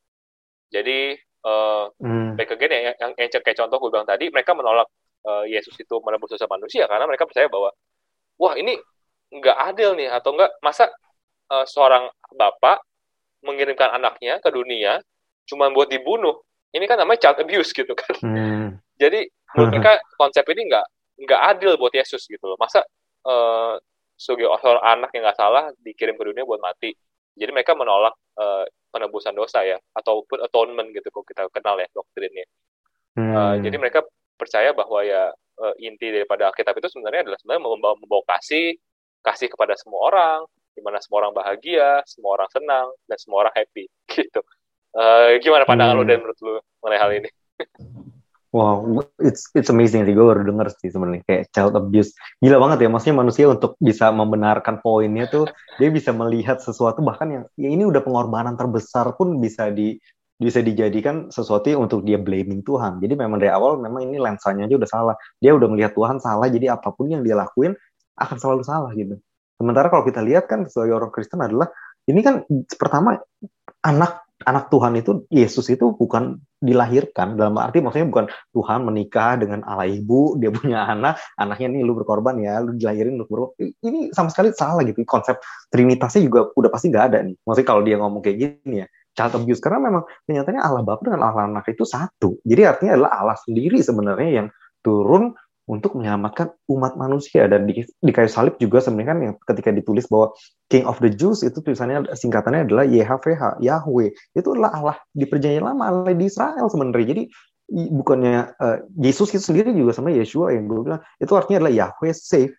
S1: Jadi uh, mm. back again ya, yang, yang kayak contoh gue bilang tadi, mereka menolak uh, Yesus itu menebus dosa manusia karena mereka percaya bahwa wah ini nggak adil nih, atau nggak masa uh, seorang bapak mengirimkan anaknya ke dunia cuma buat dibunuh. Ini kan namanya child abuse gitu kan. Hmm. Jadi menurut mereka konsep ini nggak nggak adil buat Yesus gitu loh. Masa uh, sebagai seorang anak yang nggak salah dikirim ke dunia buat mati. Jadi mereka menolak uh, penebusan dosa ya, ataupun atonement gitu kalau kita kenal ya doktrinnya. Hmm. Uh, jadi mereka percaya bahwa ya uh, inti daripada Alkitab itu sebenarnya adalah sebenarnya membawa, membawa kasih, kasih kepada semua orang, di mana semua orang bahagia, semua orang senang, dan semua orang happy, gitu. Uh, gimana pandangan hmm. lu dan menurut lu mengenai hal ini?
S2: Wow, it's it's amazing sih, gue baru denger sih sebenarnya kayak child abuse, gila banget ya, maksudnya manusia untuk bisa membenarkan poinnya tuh, dia bisa melihat sesuatu bahkan yang ya ini udah pengorbanan terbesar pun bisa di bisa dijadikan sesuatu untuk dia blaming Tuhan. Jadi memang dari awal memang ini lensanya aja udah salah. Dia udah melihat Tuhan salah, jadi apapun yang dia lakuin akan selalu salah gitu. Sementara kalau kita lihat kan sebagai orang Kristen adalah ini kan pertama anak anak Tuhan itu Yesus itu bukan dilahirkan dalam arti maksudnya bukan Tuhan menikah dengan Allah ibu, dia punya anak, anaknya nih lu berkorban ya, lu dilahirin lu berkorban. Ini sama sekali salah gitu. Konsep trinitasnya juga udah pasti nggak ada nih. Maksudnya kalau dia ngomong kayak gini ya. child abuse, karena memang kenyataannya Allah Bapa dengan Allah Anak itu satu. Jadi artinya adalah Allah sendiri sebenarnya yang turun untuk menyelamatkan umat manusia. Dan di, di kayu salib juga sebenarnya kan yang ketika ditulis bahwa King of the Jews itu tulisannya singkatannya adalah Y H V H, Yahweh. Itu adalah Allah di perjanjian lama, Allah di Israel sebenarnya. Jadi bukannya uh, Yesus itu sendiri juga sebenarnya Yeshua yang gue bilang itu artinya adalah Yahweh save.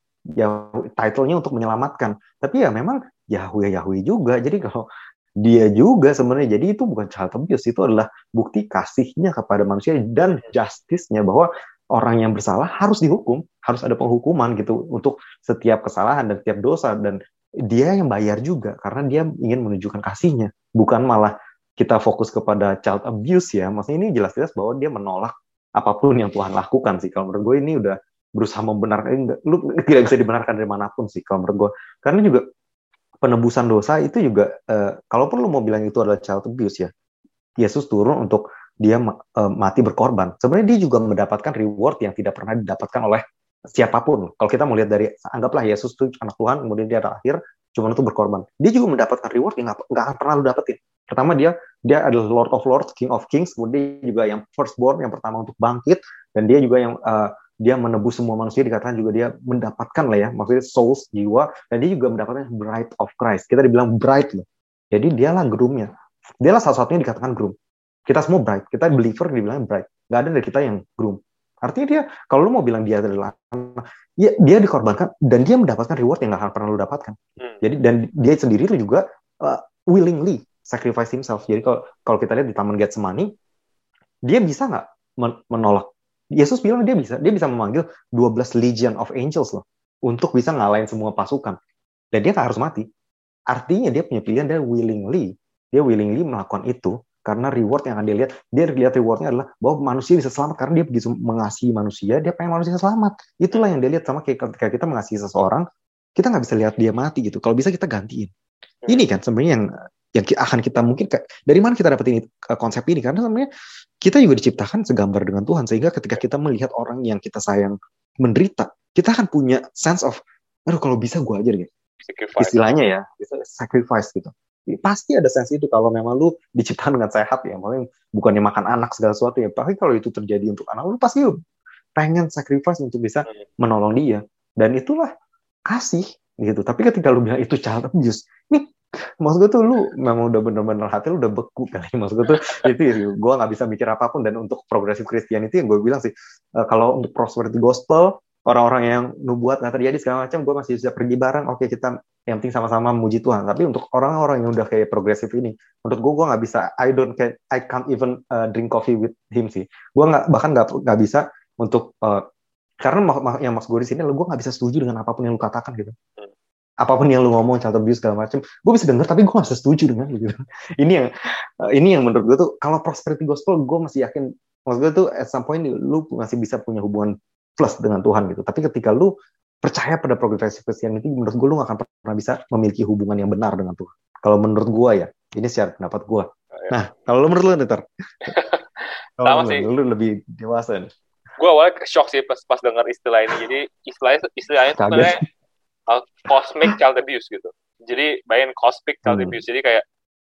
S2: Ya, title-nya untuk menyelamatkan. Tapi ya memang Yahweh Yahweh juga. Jadi kalau dia juga sebenarnya, jadi itu bukan child abuse, itu adalah bukti kasihnya kepada manusia dan justice-nya bahwa orang yang bersalah harus dihukum, harus ada penghukuman gitu untuk setiap kesalahan dan setiap dosa, dan dia yang bayar juga karena dia ingin menunjukkan kasihnya, bukan malah kita fokus kepada child abuse ya. Maksudnya ini jelas-jelas bahwa dia menolak apapun yang Tuhan lakukan sih. Kalau menurut gue ini udah berusaha membenarkan, lu tidak bisa dibenarkan dari manapun sih kalau menurut gue. Karena juga penebusan dosa itu juga, uh, kalaupun lu mau bilang itu adalah child abuse ya, Yesus turun untuk dia uh, mati berkorban. Sebenarnya dia juga mendapatkan reward yang tidak pernah didapatkan oleh siapapun. Kalau kita mau lihat dari, anggaplah Yesus itu anak Tuhan, kemudian dia terakhir cuma untuk berkorban. Dia juga mendapatkan reward yang nggak akan pernah lu dapetin. Pertama dia dia adalah Lord of Lords, King of Kings, kemudian dia juga yang firstborn, yang pertama untuk bangkit, dan dia juga yang uh, dia menebus semua manusia, dikatakan juga dia mendapatkan lah ya, maksudnya souls, jiwa, dan dia juga mendapatkan bride of Christ. Kita dibilang bride loh. Jadi dialah groomnya. Dialah salah satunya dikatakan groom. Kita semua bride, kita believer dibilang bride. Gak ada dari kita yang groom. Artinya dia, kalau lu mau bilang dia adalah ya, dia dikorbankan dan dia mendapatkan reward yang gak akan pernah lu dapatkan. Jadi dan dia sendiri tuh juga uh, willingly sacrifice himself. Jadi kalau kalau kita lihat di Taman Getsemani, dia bisa nggak menolak? Yesus bilang dia bisa, dia bisa memanggil dua belas legion of angels loh untuk bisa ngalahin semua pasukan. Dan dia nggak harus mati. Artinya dia punya pilihan, dia willingly, dia willingly melakukan itu karena reward yang akan dia lihat, dia lihat rewardnya adalah bahwa manusia bisa selamat karena dia begitu mengasihi manusia, dia pengen manusia selamat. Itulah yang dia lihat, sama kayak ketika kita mengasihi seseorang, kita nggak bisa lihat dia mati gitu. Kalau bisa kita gantiin. Ini kan sebenarnya yang yang akan kita mungkin, dari mana kita dapetin konsep ini? Karena sebenarnya kita juga diciptakan segambar dengan Tuhan, sehingga ketika kita melihat orang yang kita sayang menderita, kita akan punya sense of, aduh kalau bisa gue ajar gitu. Sacrifice. Istilahnya ya, sacrifice gitu. Pasti ada sense itu kalau memang lu diciptakan dengan sehat ya, maksudnya bukannya makan anak segala sesuatu ya. Tapi kalau itu terjadi untuk anak lu, pasti lu pengen sacrifice untuk bisa menolong dia. Dan itulah kasih gitu. Tapi ketika lu bilang itu child abuse, ini maksud gue tuh lu memang udah bener-bener hati lu udah beku kali. Maksud gue tuh itu ya, gue nggak bisa mikir apapun. Dan untuk progressive Christianity yang gue bilang sih, uh, kalau untuk prosperity gospel, orang-orang yang nubuat nggak terjadi segala macam, gue masih bisa pergi bareng. Oke, kita yang penting sama-sama memuji Tuhan. Tapi untuk orang-orang yang udah kayak progressive ini, menurut gue gue nggak bisa. I don't can, I can't even uh, drink coffee with him sih. Gue nggak, bahkan nggak nggak bisa untuk uh, karena yang maksud gue di sini, gue nggak bisa setuju dengan apapun yang lu katakan gitu. Apapun yang lu ngomong, child abuse segala macam, gue bisa denger tapi gue gak bisa setuju dengan gitu. Ini yang ini yang menurut gue tuh, kalau prosperity gospel gue masih yakin, maksud gue tuh at some point lu masih bisa punya hubungan plus dengan Tuhan gitu. Tapi ketika lu percaya pada progressive Christianity, menurut gue lu gak akan pernah bisa memiliki hubungan yang benar dengan Tuhan. Kalau menurut gue ya, ini secara pendapat gue. Nah, kalau lu menurut lu ntar,
S1: sama sih,
S2: lu lebih dewasa nih.
S1: Gue awalnya shock sih pas pas dengar istilah ini. Jadi istilahnya istilahnya itu sebenarnya uh, cosmic child abuse gitu. Jadi bayangin cosmic child hmm. abuse. Jadi kayak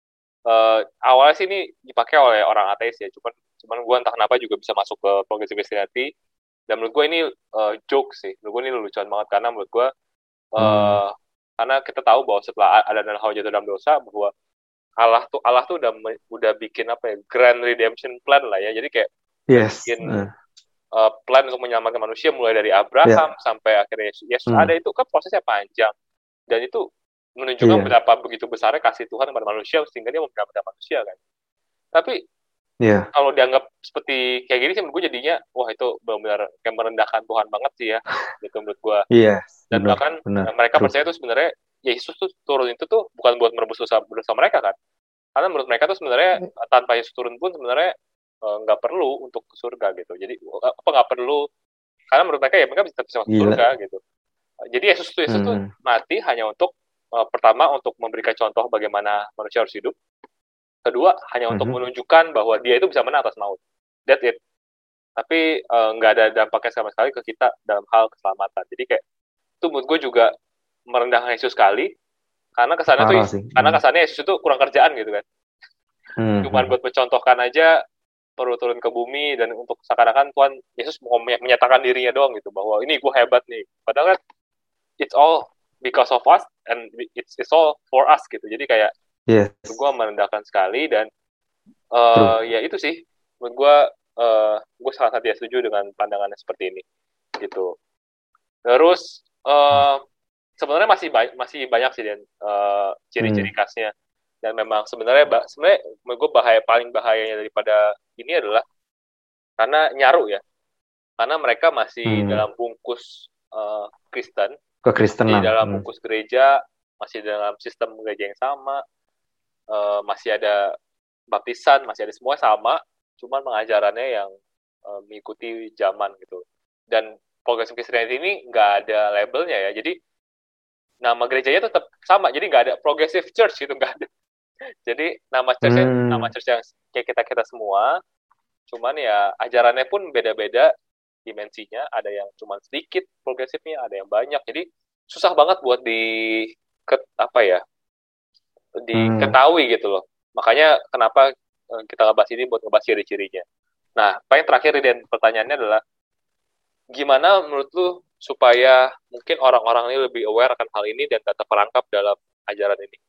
S1: uh, awalnya sih ini dipakai oleh orang ateis ya. Cuman cuman gue entah kenapa juga bisa masuk ke progressive Christianity. Dan menurut gue ini uh, joke sih. Menurut gue ini lucuan banget karena menurut gue uh, hmm. karena kita tahu bahwa setelah ada dan Hawa jatuh dalam dosa, bahwa Allah tuh Allah tuh udah udah bikin apa ya, grand redemption plan lah ya. Jadi kayak
S2: yes.
S1: bikin
S2: uh.
S1: Uh, plan untuk menyelamatkan manusia mulai dari Abraham yeah. sampai akhirnya Yesus, Yesus hmm. ada. Itu kan prosesnya panjang dan itu menunjukkan yeah. betapa begitu besarnya kasih Tuhan kepada manusia sehingga dia menyelamatkan manusia kan. Tapi yeah. kalau dianggap seperti kayak gini sih menurut gue jadinya wah itu benar-benar kayak merendahkan Tuhan banget sih ya gitu menurut gue.
S2: Yeah,
S1: dan bener, bahkan bener, mereka true. percaya tuh sebenarnya Yesus tuh turun itu tuh bukan buat merebus dosa dosa mereka kan, karena menurut mereka tuh sebenarnya tanpa Yesus turun pun sebenarnya nggak uh, perlu untuk ke surga gitu. Jadi apa nggak perlu, karena menurut mereka ya mereka bisa bisa masuk surga gitu. Jadi Yesus tuh Yesus hmm. tuh mati hanya untuk uh, pertama untuk memberikan contoh bagaimana manusia harus hidup. Kedua hanya hmm. untuk menunjukkan bahwa dia itu bisa menang atas maut. That's it. Tapi nggak uh, ada dampaknya sama sekali ke kita dalam hal keselamatan. Jadi kayak itu menurut gue juga merendahkan Yesus sekali, karena kesannya tuh sih. karena kesannya Yesus itu kurang kerjaan gitu kan.
S2: Hmm.
S1: Cuman buat mencontohkan aja perlu turun ke bumi dan untuk seakan-akan Tuhan Yesus mau menyatakan dirinya doang gitu bahwa ini gue hebat nih. Padahal kan it's all because of us and it's it's all for us gitu. Jadi kayak
S2: Yes.
S1: gue merendahkan sekali dan uh, ya itu sih menurut gue uh, gue sangat tidak setuju dengan pandangannya seperti ini gitu. Terus uh, sebenarnya masih banyak masih banyak sih dan uh, ciri-ciri
S2: hmm.
S1: khasnya dan memang sebenarnya sebenarnya menurut gue bahaya paling bahayanya daripada ini adalah karena nyaru ya, karena mereka masih
S2: Hmm.
S1: dalam bungkus uh, Kristen,
S2: Kekristenan,
S1: masih dalam
S2: hmm.
S1: bungkus gereja, masih dalam sistem gereja yang sama, uh, masih ada baptisan, masih ada semua sama, cuman pengajarannya yang uh, mengikuti zaman gitu. Dan Progressive Christianity ini nggak ada labelnya ya, jadi nama gerejanya tetap sama, jadi nggak ada Progressive Church gitu, nggak ada. Jadi nama churchnya
S2: Hmm.
S1: nama church yang kayak kita kita semua, cuman ya ajarannya pun beda-beda dimensinya, ada yang cuma sedikit progresifnya, ada yang banyak, jadi susah banget buat di ke, apa ya diketahui gitu loh. Makanya kenapa kita ngebahas ini buat ngebahas ciri-cirinya. Nah, paling terakhir dan pertanyaannya adalah gimana menurut lu supaya mungkin orang-orang ini lebih aware akan hal ini dan tak terperangkap dalam ajaran ini?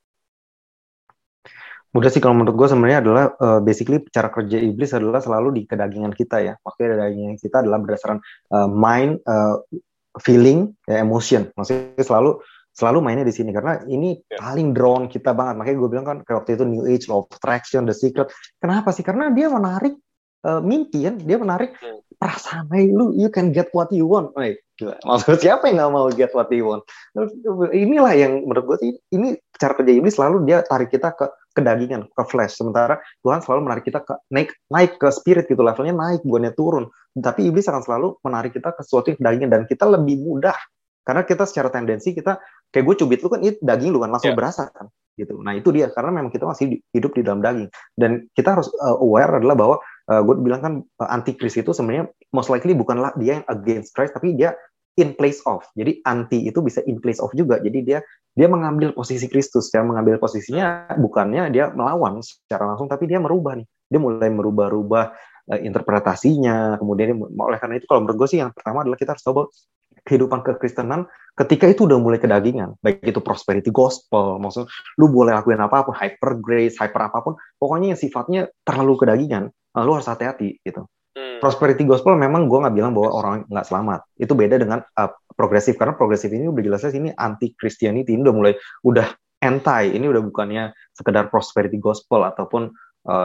S2: Mudah sih kalau menurut gue sebenarnya adalah uh, basically cara kerja iblis adalah selalu di kedagingan kita ya. Maksudnya kedagingan kita adalah berdasarkan uh, mind, uh, feeling, ya, emotion. Maksudnya selalu selalu mainnya di sini karena ini yeah. paling drawn kita banget. Makanya gue bilang kan kayak waktu itu New Age, Law of Attraction, The Secret. Kenapa sih? Karena dia menarik uh, mimpi kan, dia menarik hmm. perasaan. Hey, lu you can get what you want. Hey, maksud siapa yang nggak mau get what you want? Inilah yang menurut gue sih ini cara kerja iblis selalu dia tarik kita ke kedagingan, ke flesh. Sementara Tuhan selalu menarik kita ke naik naik ke spirit gitu, levelnya naik, bukannya turun. Tapi iblis akan selalu menarik kita ke sesuatu yang kedagingan dan kita lebih mudah. Karena kita secara tendensi kita kayak gue cubit lu kan itu daging lu kan langsung yeah. berasa kan gitu. Nah, itu dia karena memang kita masih hidup di dalam daging dan kita harus uh, aware adalah bahwa uh, gue bilang kan uh, antikris itu sebenarnya most likely bukanlah dia yang against Christ tapi dia in place of. Jadi anti itu bisa in place of juga. Jadi dia dia mengambil posisi Kristus. Dia mengambil posisinya bukannya dia melawan secara langsung, tapi dia merubah nih. Dia mulai merubah-rubah uh, interpretasinya. Kemudian oleh karena itu kalau menurut gue sih yang pertama adalah kita harus tahu kehidupan kekristenan ketika itu udah mulai kedagingan, baik itu prosperity gospel, maksud lu boleh lakuin apapun, hyper grace, hyper apapun, pokoknya yang sifatnya terlalu kedagingan, lu harus hati-hati gitu. Hmm. Prosperity gospel memang gue nggak bilang bahwa orang nggak selamat, itu beda dengan uh, progresif, karena progresif ini udah jelasnya ini anti Christianity, ini udah mulai udah anti, ini udah bukannya sekedar prosperity gospel ataupun uh,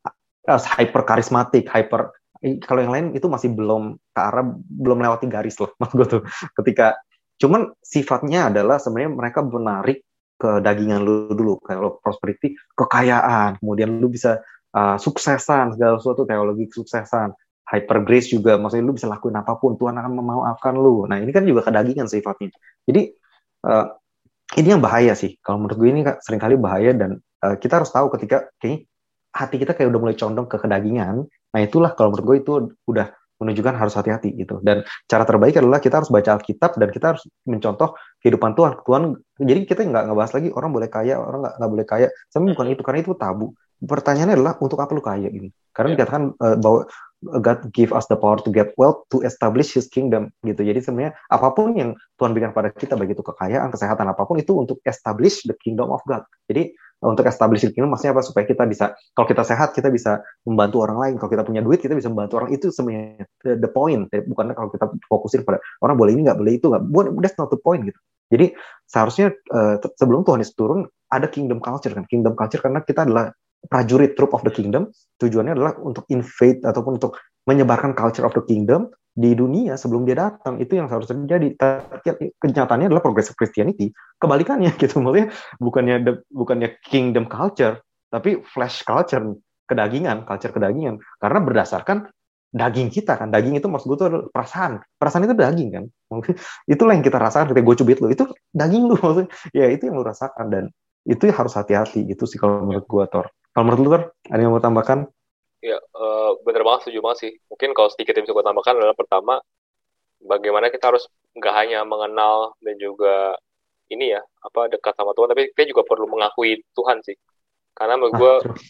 S2: hyper karismatik, hyper kalau yang lain itu masih belum ke arah belum lewati garis loh, maksud gue tuh ketika cuman sifatnya adalah sebenarnya mereka menarik ke dagingan lu dulu, kalau prosperity kekayaan, kemudian lu bisa uh, suksesan segala sesuatu, teologi suksesan, hyper grace juga, maksudnya lu bisa lakuin apapun, Tuhan akan memaafkan lu. Nah ini kan juga kedagingan sifatnya. Jadi uh, ini yang bahaya sih, kalau menurut gue ini seringkali bahaya dan uh, kita harus tahu ketika kayaknya hati kita kayak udah mulai condong ke kedagingan. Nah itulah kalau menurut gue itu udah menunjukkan harus hati-hati gitu. Dan cara terbaik adalah kita harus baca Alkitab dan kita harus mencontoh kehidupan Tuhan. Tuhan jadi kita nggak ngebahas lagi orang boleh kaya, orang nggak nggak boleh kaya. Sebenarnya bukan itu, karena itu tabu. Pertanyaannya adalah untuk apa lu kaya ini? Karena yeah. dikatakan uh, bahwa God give us the power to get wealth to establish His kingdom gitu. Jadi sebenarnya apapun yang Tuhan berikan pada kita, baik itu kekayaan, kesehatan, apapun itu untuk establish the kingdom of God. Jadi untuk establish the kingdom maksudnya apa? Supaya kita bisa, kalau kita sehat kita bisa membantu orang lain, kalau kita punya duit kita bisa membantu orang, itu sebenarnya the point. Bukan kalau kita fokusin pada orang boleh ini nggak, boleh itu nggak, that's not the point gitu. Jadi seharusnya uh, sebelum Tuhan Yesus turun ada kingdom culture kan, kingdom culture karena kita adalah prajurit troop of the kingdom, tujuannya adalah untuk invade ataupun untuk menyebarkan culture of the kingdom di dunia sebelum dia datang. Itu yang seharusnya terjadi. Kenyataannya adalah progressive Christianity kebalikannya gitu, maksudnya bukannya the, bukannya kingdom culture tapi flesh culture, kedagingan, culture kedagingan, karena berdasarkan daging kita kan. Daging itu maksud gue tuh perasaan, perasaan itu daging kan, itulah yang kita rasakan ketika gue cubit lo, itu daging lu maksudnya, ya itu yang lu rasakan dan itu harus hati-hati. Itu sih kalau menurut gue, Tor. Kalau menurut lu, Tor, ada yang mau tambahkan?
S1: Ya, uh, bener banget, setuju banget sih. Mungkin kalau sedikit yang bisa gue tambahkan adalah pertama, bagaimana kita harus nggak hanya mengenal dan juga ini ya, apa dekat sama Tuhan, tapi kita juga perlu mengakui Tuhan sih. Karena menurut gue,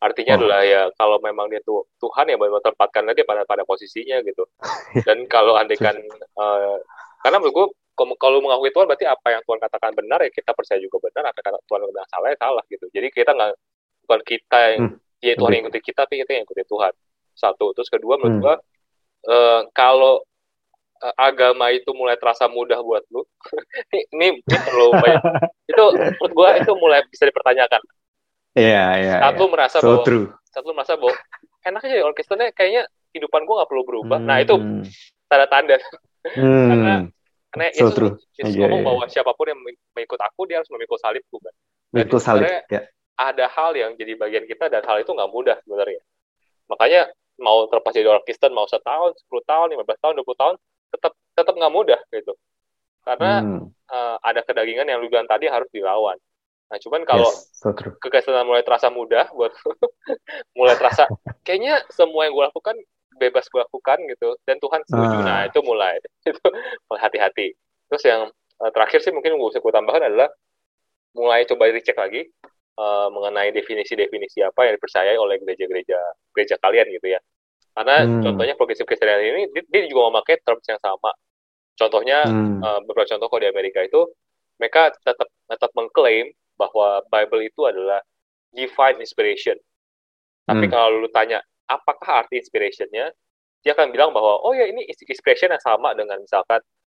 S1: Artinya
S2: Oh.
S1: adalah ya kalau memang dia tuh Tuhan ya benar tempatkan dia pada pada posisinya gitu. Dan kalau andaikan uh, karena menurut gue kalau mengakui Tuhan berarti apa yang Tuhan katakan benar ya kita percaya juga benar, apa yang Tuhan bilang salah ya salah gitu. Jadi kita nggak bukan kita yang hmm. ya Tuhan yang ikuti kita, tapi kita yang ikuti Tuhan. Satu, terus kedua menurut hmm. gue uh, kalau uh, agama itu mulai terasa mudah buat lu, ini, ini ini perlu banyak itu menurut gue itu mulai bisa dipertanyakan.
S2: Iya, yeah, iya. Yeah,
S1: saat
S2: yeah.
S1: lu merasa
S2: so
S1: bahwa
S2: true.
S1: saat lu merasa bahwa enak aja ya orang Kristennya kayaknya kehidupan gue nggak perlu berubah. Hmm. Nah itu tanda-tanda
S2: hmm.
S1: karena karena
S2: so
S1: Yesus,
S2: true.
S1: Yesus
S2: yeah,
S1: ngomong
S2: yeah.
S1: bahwa siapapun yang mengikut aku dia harus memikul salibku kan.
S2: Memikul salib. Ya.
S1: Ada hal yang jadi bagian kita dan hal itu nggak mudah sebenarnya. Makanya mau terlepas jadi orang Kristen mau setahun, sepuluh tahun, lima belas tahun, dua puluh tahun tetap tetap nggak mudah gitu. Karena hmm. uh, ada kedagingan yang lu bilang tadi harus dilawan. Nah, cuman kalau
S2: yes, so
S1: kekristenan mulai terasa mudah buat mulai terasa kayaknya semua yang gue lakukan bebas gue lakukan gitu dan Tuhan setuju. Ah. Nah, itu mulai itu mulai hati-hati. Terus yang uh, terakhir sih mungkin gue bisa gue tambahkan adalah mulai coba dicek lagi uh, mengenai definisi-definisi apa yang dipercayai oleh gereja-gereja gereja kalian gitu ya. Karena hmm. contohnya progressive Christian ini dia, dia juga memakai terms yang sama. Contohnya hmm. uh, beberapa contoh kalau di Amerika itu mereka tetap tetap mengklaim bahwa Bible itu adalah divine inspiration. Tapi hmm. kalau lu tanya, apakah arti inspiration-nya? Dia akan bilang bahwa, oh ya ini inspiration yang sama dengan misalkan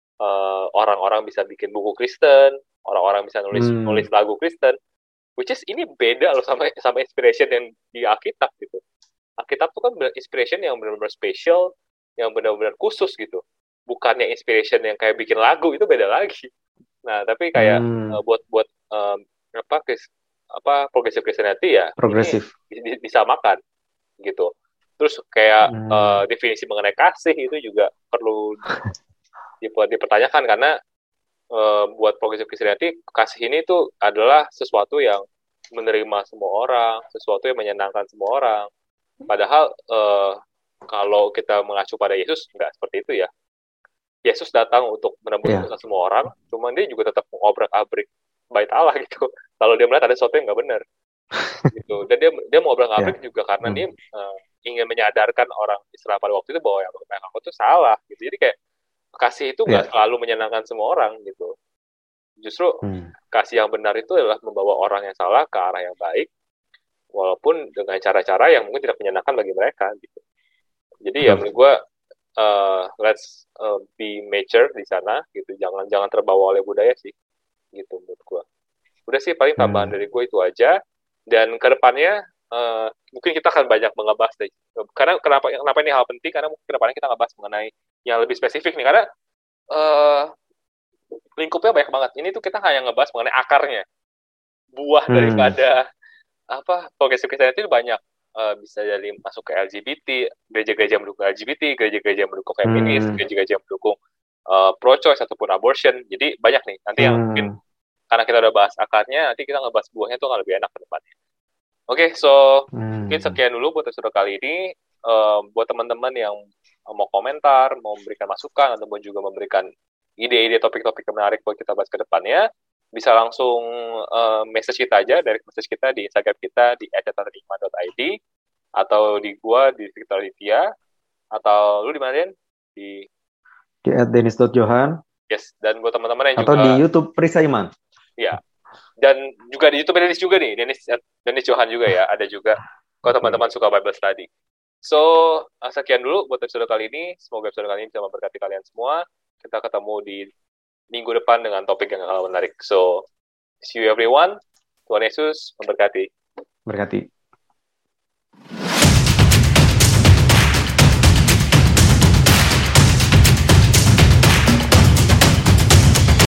S1: uh, orang-orang bisa bikin buku Kristen, orang-orang bisa nulis hmm. nulis lagu Kristen, which is ini beda loh sama sama inspiration yang di Alkitab gitu. Alkitab itu kan inspiration yang benar-benar spesial, yang benar-benar khusus gitu. Bukannya inspiration yang kayak bikin lagu, itu beda lagi. Nah, tapi kayak hmm. uh, buat buat um, apa apa progressive Christianity ya
S2: progresif
S1: bisa makan gitu. Terus kayak hmm. uh, definisi mengenai kasih itu juga perlu dibuat dipertanyakan karena uh, buat progressive Christianity kasih ini tuh adalah sesuatu yang menerima semua orang, sesuatu yang menyenangkan semua orang. Padahal uh, kalau kita mengacu pada Yesus nggak seperti itu ya. Yesus datang untuk menembus yeah. dosa semua orang, cuman dia juga tetap mengobrak-abrik bait Allah gitu. Kalau dia melihat ada sesuatu yang nggak benar, gitu. Dan dia dia mau obrak-abrik yeah. juga karena hmm. dia uh, ingin menyadarkan orang Israel pada waktu itu bahwa yang mereka lakukan itu salah, gitu. Jadi kayak kasih itu nggak yeah. selalu menyenangkan semua orang, gitu. Justru hmm. kasih yang benar itu adalah membawa orang yang salah ke arah yang baik, walaupun dengan cara-cara yang mungkin tidak menyenangkan bagi mereka, gitu. Jadi hmm. ya menurut gue uh, let's uh, be mature di sana, gitu. Jangan jangan terbawa oleh budaya sih. Gitu menurut gue. Udah sih paling tambahan hmm. dari gue itu aja. Dan kedepannya uh, mungkin kita akan banyak mengebahas deh. Karena kenapa kenapa ini hal penting? Karena mungkin kedepannya kita ngebahas mengenai yang lebih spesifik nih. Karena uh, lingkupnya banyak banget. Ini tuh kita hanya ngebahas mengenai akarnya. Buah hmm. daripada apa progressive Christianity itu banyak. Uh, bisa jadi masuk ke L G B T, gereja-gereja mendukung L G B T, gereja-gereja mendukung feminis, hmm. gereja-gereja mendukung uh, pro-choice ataupun abortion. Jadi banyak nih. Nanti yang hmm. mungkin karena kita udah bahas akarnya, nanti kita ngebahas buahnya tuh akan lebih enak ke depannya. Oke, okay, so hmm. mungkin sekian dulu buat episode kali ini. Uh, buat teman-teman yang mau komentar, mau memberikan masukan, ataupun juga memberikan ide-ide topik-topik yang menarik buat kita bahas ke depannya, bisa langsung uh, message kita aja, dari message kita di Instagram kita di et catatan hikmah dot i d, atau di gua di Victor Aditya, atau lu di mana, Den? Di
S2: di et denis dot johan.
S1: Yes, dan buat teman-teman yang
S2: atau
S1: juga...
S2: Atau di YouTube Prisa Iman.
S1: Ya, dan juga di YouTube Dennis juga nih, Dennis Dennis Johan juga ya, ada juga. Kalau teman-teman suka Bible Study. So, sekian dulu buat episode kali ini. Semoga episode kali ini bisa memberkati kalian semua. Kita ketemu di minggu depan dengan topik yang menarik. So, see you everyone. Tuhan Yesus memberkati.
S2: Berkati.